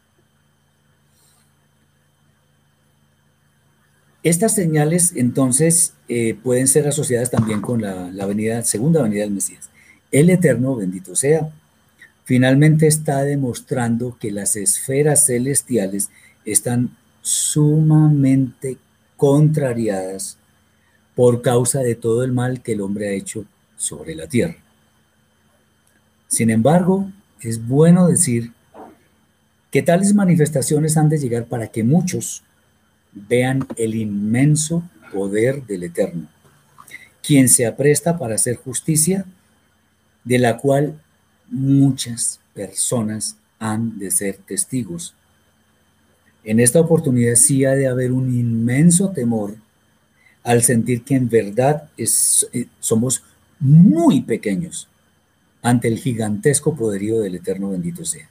Speaker 1: Estas señales entonces eh, pueden ser asociadas también con la, la venida, segunda venida del Mesías. El Eterno, bendito sea, finalmente está demostrando que las esferas celestiales están sumamente contrariadas por causa de todo el mal que el hombre ha hecho sobre la tierra. Sin embargo, es bueno decir que tales manifestaciones han de llegar para que muchos vean el inmenso poder del Eterno, quien se apresta para hacer justicia, de la cual muchas personas han de ser testigos. En esta oportunidad sí ha de haber un inmenso temor al sentir que en verdad es, eh, somos muy pequeños ante el gigantesco poderío del Eterno, bendito sea.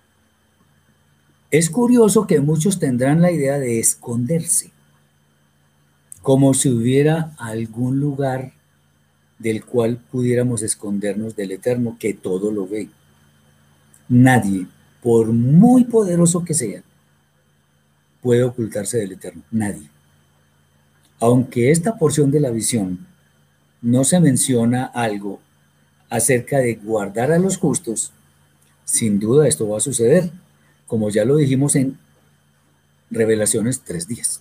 Speaker 1: Es curioso que muchos tendrán la idea de esconderse, como si hubiera algún lugar del cual pudiéramos escondernos del Eterno, que todo lo ve. Nadie, por muy poderoso que sea, puede ocultarse del Eterno. Nadie. Aunque esta porción de la visión no se menciona algo acerca de guardar a los justos, sin duda esto va a suceder, como ya lo dijimos en Revelaciones tres diez.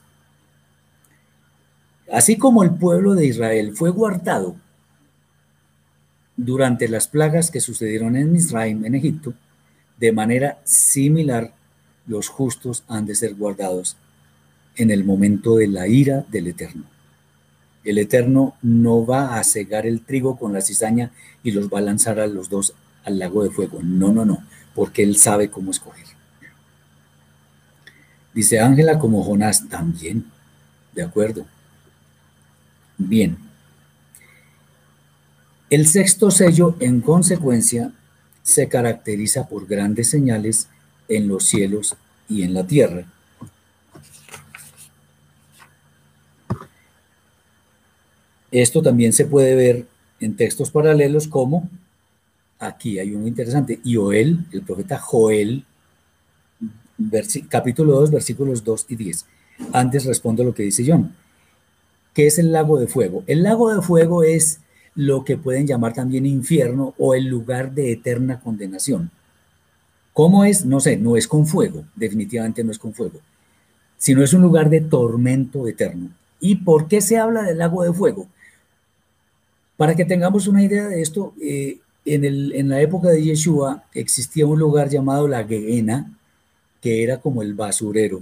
Speaker 1: Así como el pueblo de Israel fue guardado durante las plagas que sucedieron en Misraim, en Egipto, de manera similar, los justos han de ser guardados en el momento de la ira del Eterno. El Eterno no va a cegar el trigo con la cizaña y los va a lanzar a los dos al lago de fuego. No, no, no, porque Él sabe cómo escoger. Dice Ángela, como Jonás también. De acuerdo. Bien. El sexto sello, en consecuencia, se caracteriza por grandes señales en los cielos y en la tierra. Esto también se puede ver en textos paralelos como, aquí hay uno interesante, Joel, el profeta Joel, capítulo dos, versículos dos y diez. Antes respondo lo que dice John. ¿Qué es el lago de fuego? El lago de fuego es lo que pueden llamar también infierno o el lugar de eterna condenación. ¿Cómo es? No sé, no es con fuego, definitivamente no es con fuego, sino es un lugar de tormento eterno. ¿Y por qué se habla del lago de fuego? Para que tengamos una idea de esto, eh, en, el, en la época de Yeshua existía un lugar llamado la Gehenna, que era como el basurero,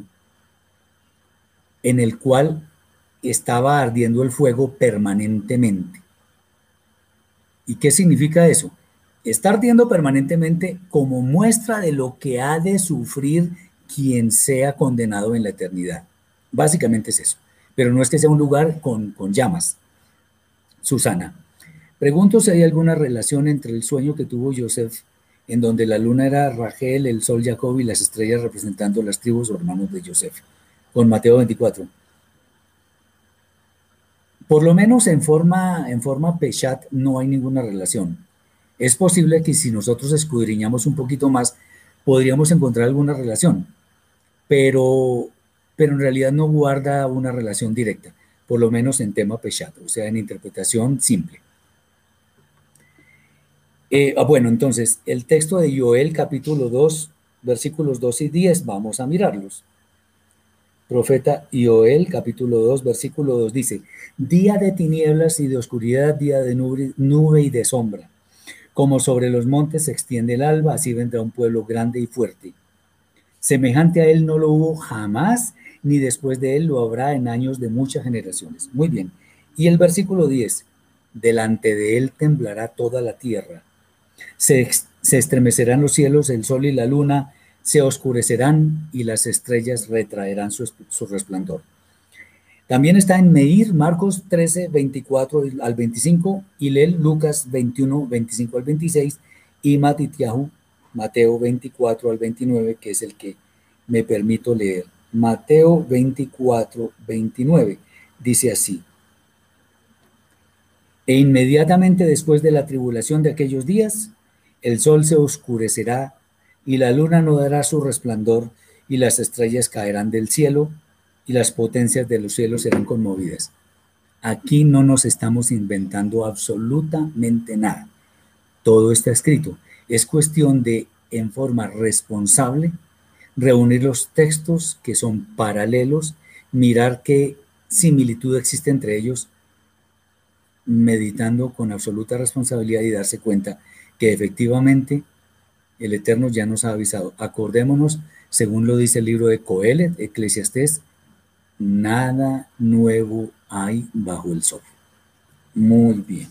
Speaker 1: en el cual estaba ardiendo el fuego permanentemente. ¿Y qué significa eso? Está ardiendo permanentemente como muestra de lo que ha de sufrir quien sea condenado en la eternidad. Básicamente es eso. Pero no es que sea un lugar con, con llamas. Susana, pregunto si hay alguna relación entre el sueño que tuvo Yosef, en donde la luna era Rachel, el sol Jacob y las estrellas representando las tribus o hermanos de Yosef, con Mateo veinticuatro. Por lo menos en forma, en forma Peshat no hay ninguna relación. Es posible que si nosotros escudriñamos un poquito más, podríamos encontrar alguna relación, pero, pero en realidad no guarda una relación directa, por lo menos en tema Peshat, o sea, en interpretación simple. Eh, ah, bueno, entonces, el texto de Joel, capítulo dos, versículos dos y diez, vamos a mirarlos. Profeta Joel, capítulo dos, versículo dos, dice, día de tinieblas y de oscuridad, día de nube, nube y de sombra. Como sobre los montes se extiende el alba, así vendrá un pueblo grande y fuerte. Semejante a él no lo hubo jamás, ni después de él lo habrá en años de muchas generaciones. Muy bien. Y el versículo diez, delante de él temblará toda la tierra. Se, se estremecerán los cielos, el sol y la luna se oscurecerán y las estrellas retraerán su, su resplandor. También está en Meir, Marcos trece, veinticuatro al veinticinco, y Lel, Lucas veintiuno, veinticinco al veintiséis, y Matityahu, Mateo veinticuatro al veintinueve, que es el que me permito leer. Mateo veinticuatro, veintinueve, dice así. E inmediatamente después de la tribulación de aquellos días, el sol se oscurecerá y la luna no dará su resplandor y las estrellas caerán del cielo y las potencias de los cielos serán conmovidas. Aquí no nos estamos inventando absolutamente nada. Todo está escrito. Es cuestión de, en forma responsable, reunir los textos que son paralelos, mirar qué similitud existe entre ellos, meditando con absoluta responsabilidad y darse cuenta que efectivamente el Eterno ya nos ha avisado. Acordémonos, según lo dice el libro de Coelet, Eclesiastés, nada nuevo hay bajo el sol. Muy bien.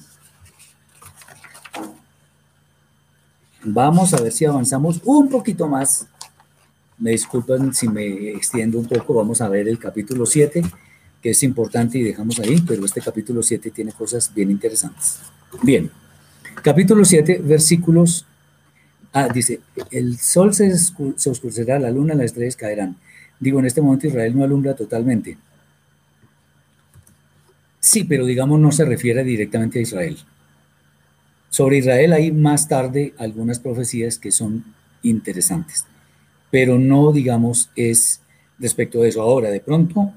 Speaker 1: Vamos a ver si avanzamos un poquito más. Me disculpan si me extiendo un poco. Vamos a ver el capítulo siete, que es importante y dejamos ahí, pero este capítulo siete tiene cosas bien interesantes. Bien, capítulo siete, versículos. Ah, dice, el sol se, se oscurecerá, la luna, las estrellas caerán. Digo, en este momento Israel no alumbra totalmente. Sí, pero digamos no se refiere directamente a Israel. Sobre Israel hay más tarde algunas profecías que son interesantes, pero no, digamos, es respecto de eso. Ahora, de pronto,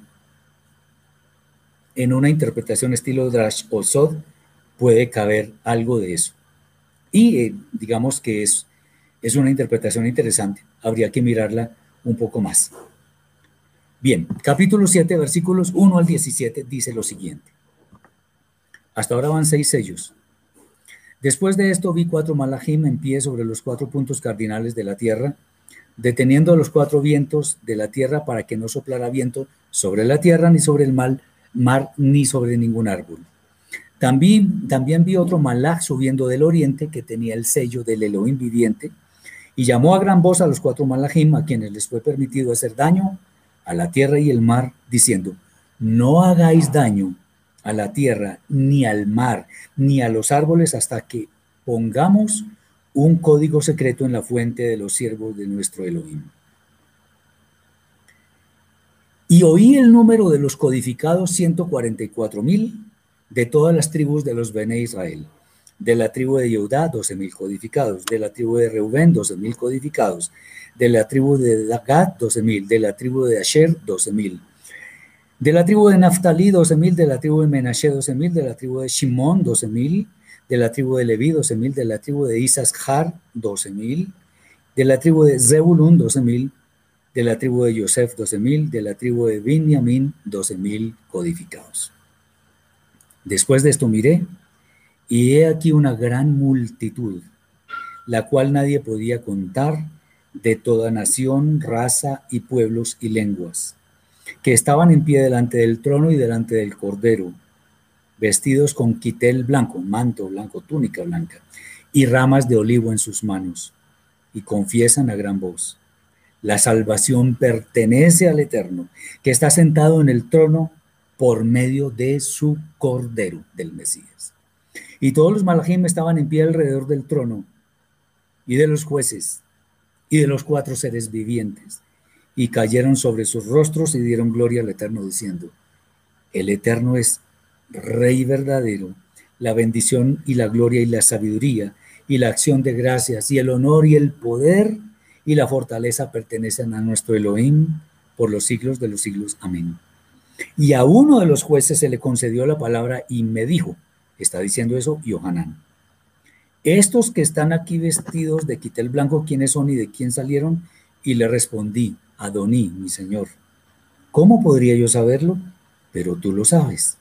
Speaker 1: en una interpretación estilo Drash o Sod, puede caber algo de eso. Y eh, digamos que es, es una interpretación interesante. Habría que mirarla un poco más. Bien, capítulo siete, versículos uno al diecisiete, dice lo siguiente. Hasta ahora van seis sellos. Después de esto vi cuatro malajim en pie sobre los cuatro puntos cardinales de la tierra, deteniendo los cuatro vientos de la tierra para que no soplara viento sobre la tierra, ni sobre el mar, mar ni sobre ningún árbol. También, también vi otro malaj subiendo del oriente que tenía el sello del Elohim viviente y llamó a gran voz a los cuatro malajim a quienes les fue permitido hacer daño a la tierra y el mar, diciendo, no hagáis daño a la tierra, ni al mar, ni a los árboles hasta que pongamos un código secreto en la fuente de los siervos de nuestro Elohim. Y oí el número de los codificados ciento cuarenta y cuatro mil de todas las tribus de los Bene Israel. De la tribu de Judá, doce mil codificados. De la tribu de Reubén, doce mil codificados. De la tribu de Gad, doce mil. De la tribu de Asher, doce mil. De la tribu de Naftalí, doce mil. De la tribu de Menashe, doce mil. De la tribu de Shimón, doce mil. De la tribu de Leví, doce mil. De la tribu de Isashar, doce mil. De la tribu de Zebulún, doce mil. De la tribu de Yosef, doce mil. De la tribu de Binyamin, doce mil codificados. Después de esto miré, y he aquí una gran multitud, la cual nadie podía contar, de toda nación, raza y pueblos y lenguas, que estaban en pie delante del trono y delante del Cordero, vestidos con quitel blanco, manto blanco, túnica blanca, y ramas de olivo en sus manos, y confiesan a gran voz, La salvación pertenece al Eterno, que está sentado en el trono por medio de su Cordero, del Mesías. Y todos los malajim estaban en pie alrededor del trono, y de los jueces, y de los cuatro seres vivientes, y cayeron sobre sus rostros y dieron gloria al Eterno, diciendo: el Eterno es Rey verdadero, la bendición y la gloria y la sabiduría y la acción de gracias y el honor y el poder y la fortaleza pertenecen a nuestro Elohim por los siglos de los siglos. Amén. Y a uno de los jueces se le concedió la palabra y me dijo, está diciendo eso Yohanan: estos que están aquí vestidos de quitel blanco, ¿quiénes son y de quién salieron? Y le respondí: Adoní, mi señor. ¿Cómo podría yo saberlo? Pero tú lo sabes.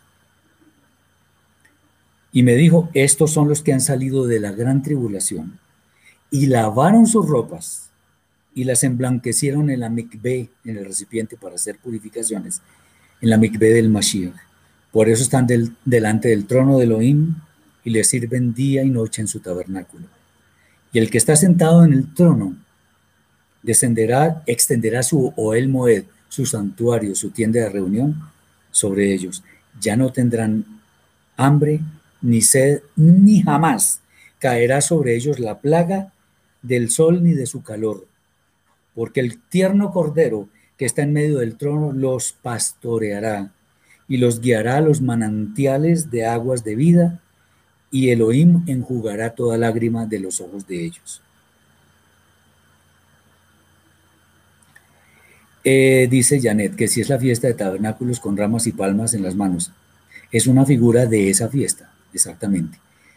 Speaker 1: Y me dijo: estos son los que han salido de la gran tribulación y lavaron sus ropas y las emblanquecieron en la mikvé, en el recipiente para hacer purificaciones, en la mikvé del Mashiach. Por eso están del, delante del trono de Elohim y le sirven día y noche en su tabernáculo. Y el que está sentado en el trono descenderá, extenderá su Ohel Moed, su santuario, su tienda de reunión sobre ellos. Ya no tendrán hambre ni sed, ni jamás caerá sobre ellos la plaga del sol ni de su calor, porque el tierno Cordero que está en medio del trono los pastoreará y los guiará a los manantiales de aguas de vida, y Elohim enjugará toda lágrima de los ojos de ellos. Eh, dice Janet que si es la fiesta de tabernáculos con ramas y palmas en las manos, es una figura de esa fiesta, exactamente.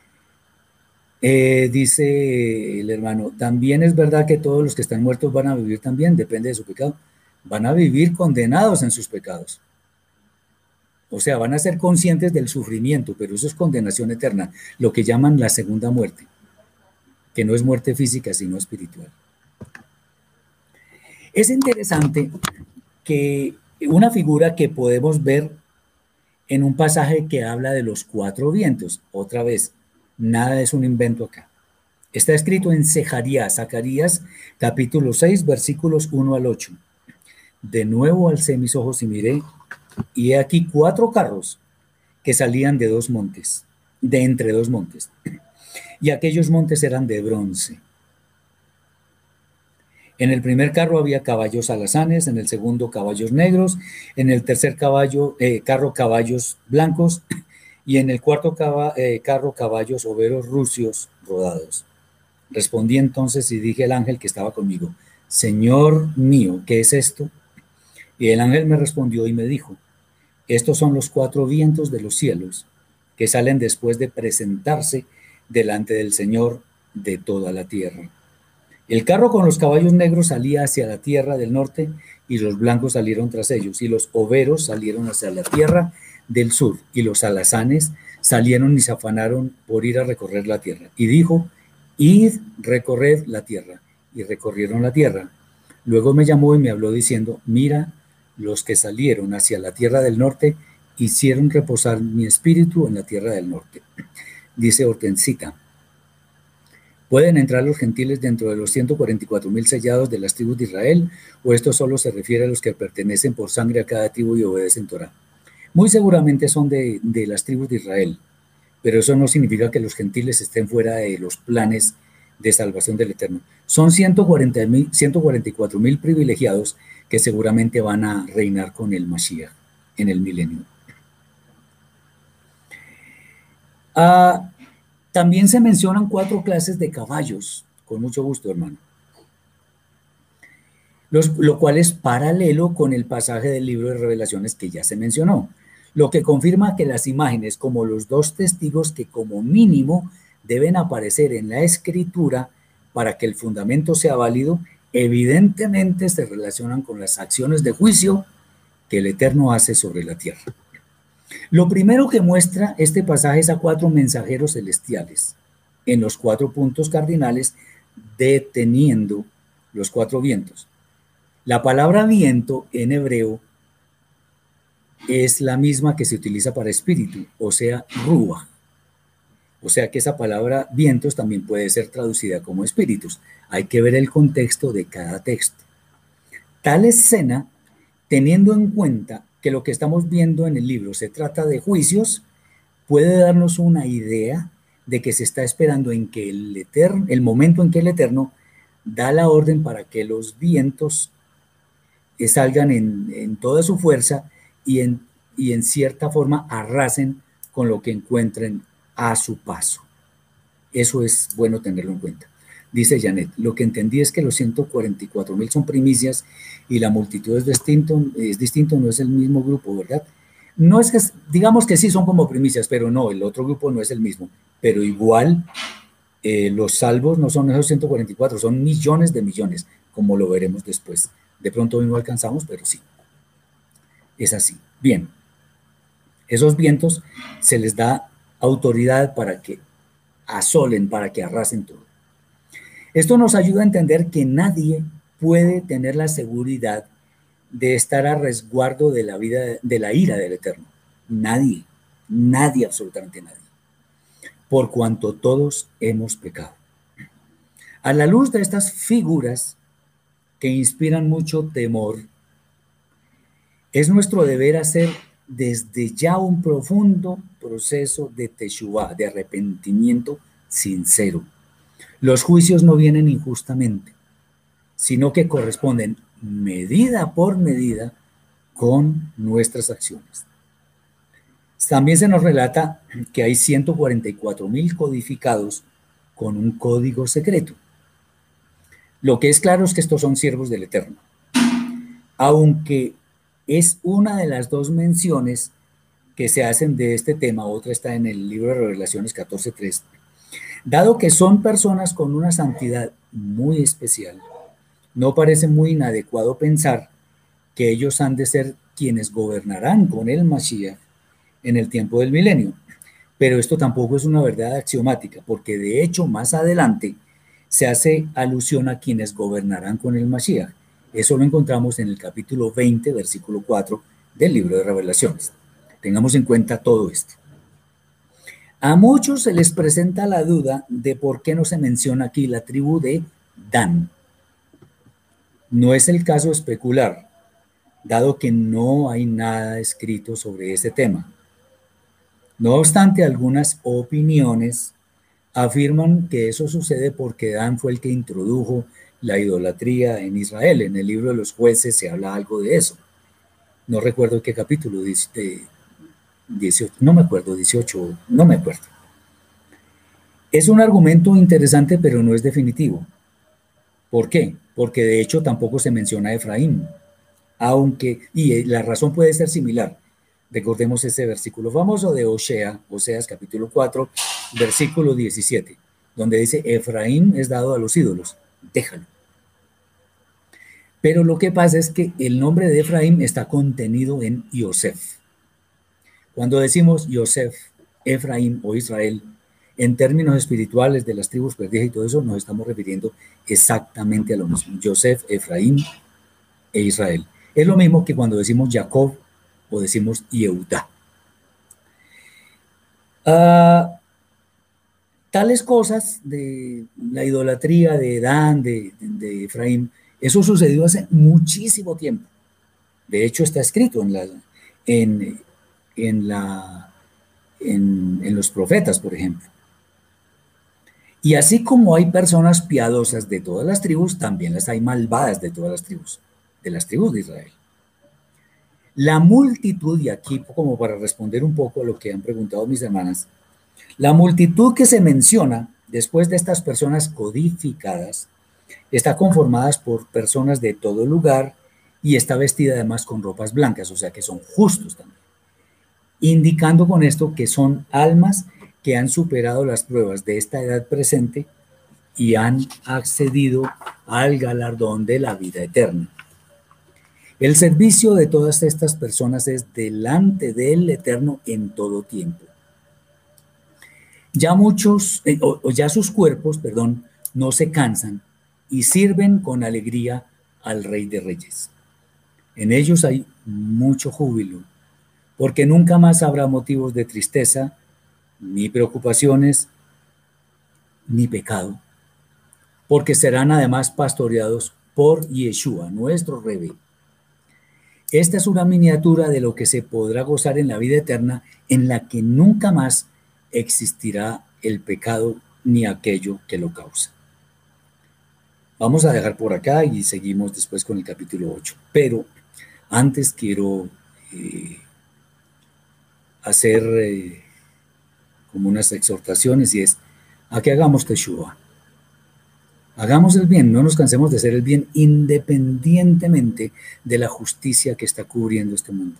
Speaker 1: Eh, dice el hermano, también es verdad que todos los que están muertos van a vivir también, depende de su pecado, van a vivir condenados en sus pecados. O sea, van a ser conscientes del sufrimiento, pero eso es condenación eterna, lo que llaman la segunda muerte, que no es muerte física, sino espiritual. Es interesante que una figura que podemos ver en un pasaje que habla de los cuatro vientos, otra vez, nada es un invento acá. Está escrito en Zacarías, Zacarías capítulo seis, versículos uno al ocho. De nuevo alcé mis ojos y miré, y he aquí cuatro carros que salían de dos montes, de entre dos montes, y aquellos montes eran de bronce. En el primer carro había caballos alazanes, en el segundo caballos negros, en el tercer caballo, eh, carro caballos blancos, y en el cuarto caba, eh, carro caballos overos rucios rodados. Respondí entonces y dije al ángel que estaba conmigo: Señor mío, ¿qué es esto? Y el ángel me respondió y me dijo: estos son los cuatro vientos de los cielos que salen después de presentarse delante del Señor de toda la tierra. El carro con los caballos negros salía hacia la tierra del norte y los blancos salieron tras ellos, y los overos salieron hacia la tierra del sur, y los alazanes salieron y se afanaron por ir a recorrer la tierra. Y dijo: id, recorred la tierra. Y recorrieron la tierra. Luego me llamó y me habló diciendo: mira, los que salieron hacia la tierra del norte hicieron reposar mi espíritu en la tierra del norte. Dice Hortensita: ¿pueden entrar los gentiles dentro de los ciento cuarenta y cuatro mil sellados de las tribus de Israel, o esto solo se refiere a los que pertenecen por sangre a cada tribu y obedecen Torah? Muy seguramente son de, de las tribus de Israel, pero eso no significa que los gentiles estén fuera de los planes de salvación del Eterno. Son ciento cuarenta y cuatro mil privilegiados que seguramente van a reinar con el Mashiach en el milenio. Ah, también se mencionan cuatro clases de caballos, con mucho gusto, hermano. Los, lo cual es paralelo con el pasaje del libro de Revelaciones que ya se mencionó, lo que confirma que las imágenes, como los dos testigos que como mínimo deben aparecer en la escritura para que el fundamento sea válido, evidentemente se relacionan con las acciones de juicio que el Eterno hace sobre la tierra. Lo primero que muestra este pasaje es a cuatro mensajeros celestiales en los cuatro puntos cardinales, deteniendo los cuatro vientos. La palabra viento en hebreo es la misma que se utiliza para espíritu, o sea, ruach. O sea que esa palabra vientos también puede ser traducida como espíritus. Hay que ver el contexto de cada texto. Tal escena, teniendo en cuenta que lo que estamos viendo en el libro se trata de juicios, puede darnos una idea de que se está esperando en que el eterno, el momento en que el Eterno da la orden para que los vientos salgan en, en toda su fuerza y en, y en cierta forma arrasen con lo que encuentren a su paso. Eso es bueno tenerlo en cuenta. Dice Janet, lo que entendí es que los ciento cuarenta y cuatro mil son primicias y la multitud es distinto, es distinto, no es el mismo grupo, ¿verdad? No es que, digamos que sí son como primicias, pero no, el otro grupo no es el mismo. Pero igual, eh, los salvos no son esos ciento cuarenta y cuatro, son millones de millones, como lo veremos después. De pronto hoy no alcanzamos, pero sí. Es así. Bien. Esos vientos se les da autoridad para que asolen, para que arrasen todo. Esto nos ayuda a entender que nadie puede tener la seguridad de estar a resguardo de la vida, de la ira del Eterno. Nadie, nadie, absolutamente nadie. Por cuanto todos hemos pecado. A la luz de estas figuras que inspiran mucho temor, es nuestro deber hacer desde ya un profundo proceso de teshuvá, de arrepentimiento sincero. Los juicios no vienen injustamente, sino que corresponden medida por medida con nuestras acciones. También se nos relata que hay ciento cuarenta y cuatro mil codificados con un código secreto. Lo que es claro es que estos son siervos del Eterno, aunque es una de las dos menciones que se hacen de este tema, otra está en el libro de Revelaciones catorce tres. Dado que son personas con una santidad muy especial, no parece muy inadecuado pensar que ellos han de ser quienes gobernarán con el Mashiach en el tiempo del milenio. Pero esto tampoco es una verdad axiomática, porque de hecho más adelante se hace alusión a quienes gobernarán con el Mashiach. Eso lo encontramos en el capítulo veinte, versículo cuatro del libro de Revelaciones. Tengamos en cuenta todo esto. A muchos se les presenta la duda de por qué no se menciona aquí la tribu de Dan. No es el caso especular, dado que no hay nada escrito sobre ese tema. No obstante, algunas opiniones afirman que eso sucede porque Dan fue el que introdujo la idolatría en Israel. En el libro de los jueces se habla algo de eso. No recuerdo qué capítulo, dieciocho, no me acuerdo, dieciocho, no me acuerdo. Es un argumento interesante, pero no es definitivo. ¿Por qué? Porque de hecho tampoco se menciona a Efraín, aunque, y la razón puede ser similar. Recordemos ese versículo famoso de Osea, Oseas capítulo cuatro, versículo diecisiete, donde dice, Efraín es dado a los ídolos, déjalo. Pero lo que pasa es que el nombre de Efraín está contenido en Yosef. Cuando decimos Yosef, Efraín o Israel, en términos espirituales de las tribus perdidas y todo eso, nos estamos refiriendo exactamente a lo mismo. Yosef, Efraín e Israel. Es lo mismo que cuando decimos Jacob o decimos Yehudá. Uh, tales cosas de la idolatría de Dan, de, de Efraín, eso sucedió hace muchísimo tiempo. De hecho, está escrito en, la, en, en, la, en, en los profetas, por ejemplo. Y así como hay personas piadosas de todas las tribus, también las hay malvadas de todas las tribus, de las tribus de Israel. La multitud, y aquí como para responder un poco a lo que han preguntado mis hermanas, la multitud que se menciona después de estas personas codificadas está conformada por personas de todo lugar y está vestida además con ropas blancas, o sea que son justos también, indicando con esto que son almas que han superado las pruebas de esta edad presente y han accedido al galardón de la vida eterna. El servicio de todas estas personas es delante del Eterno en todo tiempo. Ya muchos, eh, o, o ya sus cuerpos, perdón, no se cansan y sirven con alegría al Rey de Reyes. En ellos hay mucho júbilo, porque nunca más habrá motivos de tristeza, ni preocupaciones, ni pecado, porque serán además pastoreados por Yeshua, nuestro Rebbe. Esta es una miniatura de lo que se podrá gozar en la vida eterna, en la que nunca más existirá el pecado ni aquello que lo causa. Vamos a dejar por acá y seguimos después con el capítulo ocho. Pero antes quiero eh, hacer eh, como unas exhortaciones, y es a que hagamos teshuva. Hagamos el bien, no nos cansemos de hacer el bien independientemente de la justicia que está cubriendo este mundo.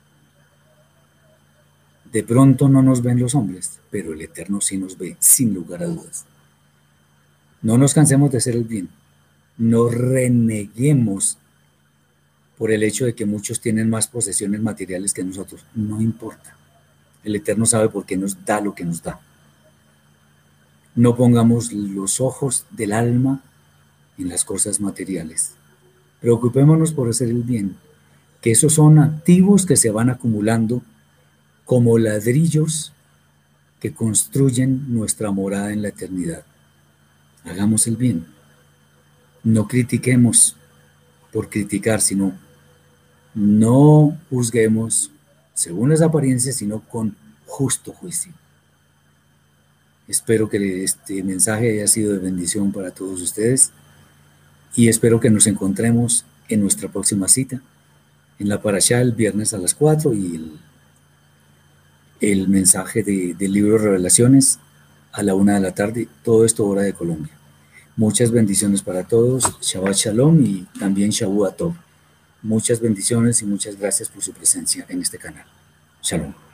Speaker 1: De pronto no nos ven los hombres, pero el Eterno sí nos ve, sin lugar a dudas. No nos cansemos de hacer el bien. No reneguemos por el hecho de que muchos tienen más posesiones materiales que nosotros. No importa. El Eterno sabe por qué nos da lo que nos da. No pongamos los ojos del alma en las cosas materiales. Preocupémonos por hacer el bien, que esos son activos que se van acumulando como ladrillos que construyen nuestra morada en la eternidad. Hagamos el bien. No critiquemos por criticar, sino no juzguemos según las apariencias, sino con justo juicio. Espero que este mensaje haya sido de bendición para todos ustedes y espero que nos encontremos en nuestra próxima cita, en la Parashá el viernes a las cuatro y el, el mensaje de, del libro de Revelaciones a la una de la tarde, todo esto hora de Colombia. Muchas bendiciones para todos, Shabbat Shalom y también Shavuot Tov. Muchas bendiciones y muchas gracias por su presencia en este canal. Shalom.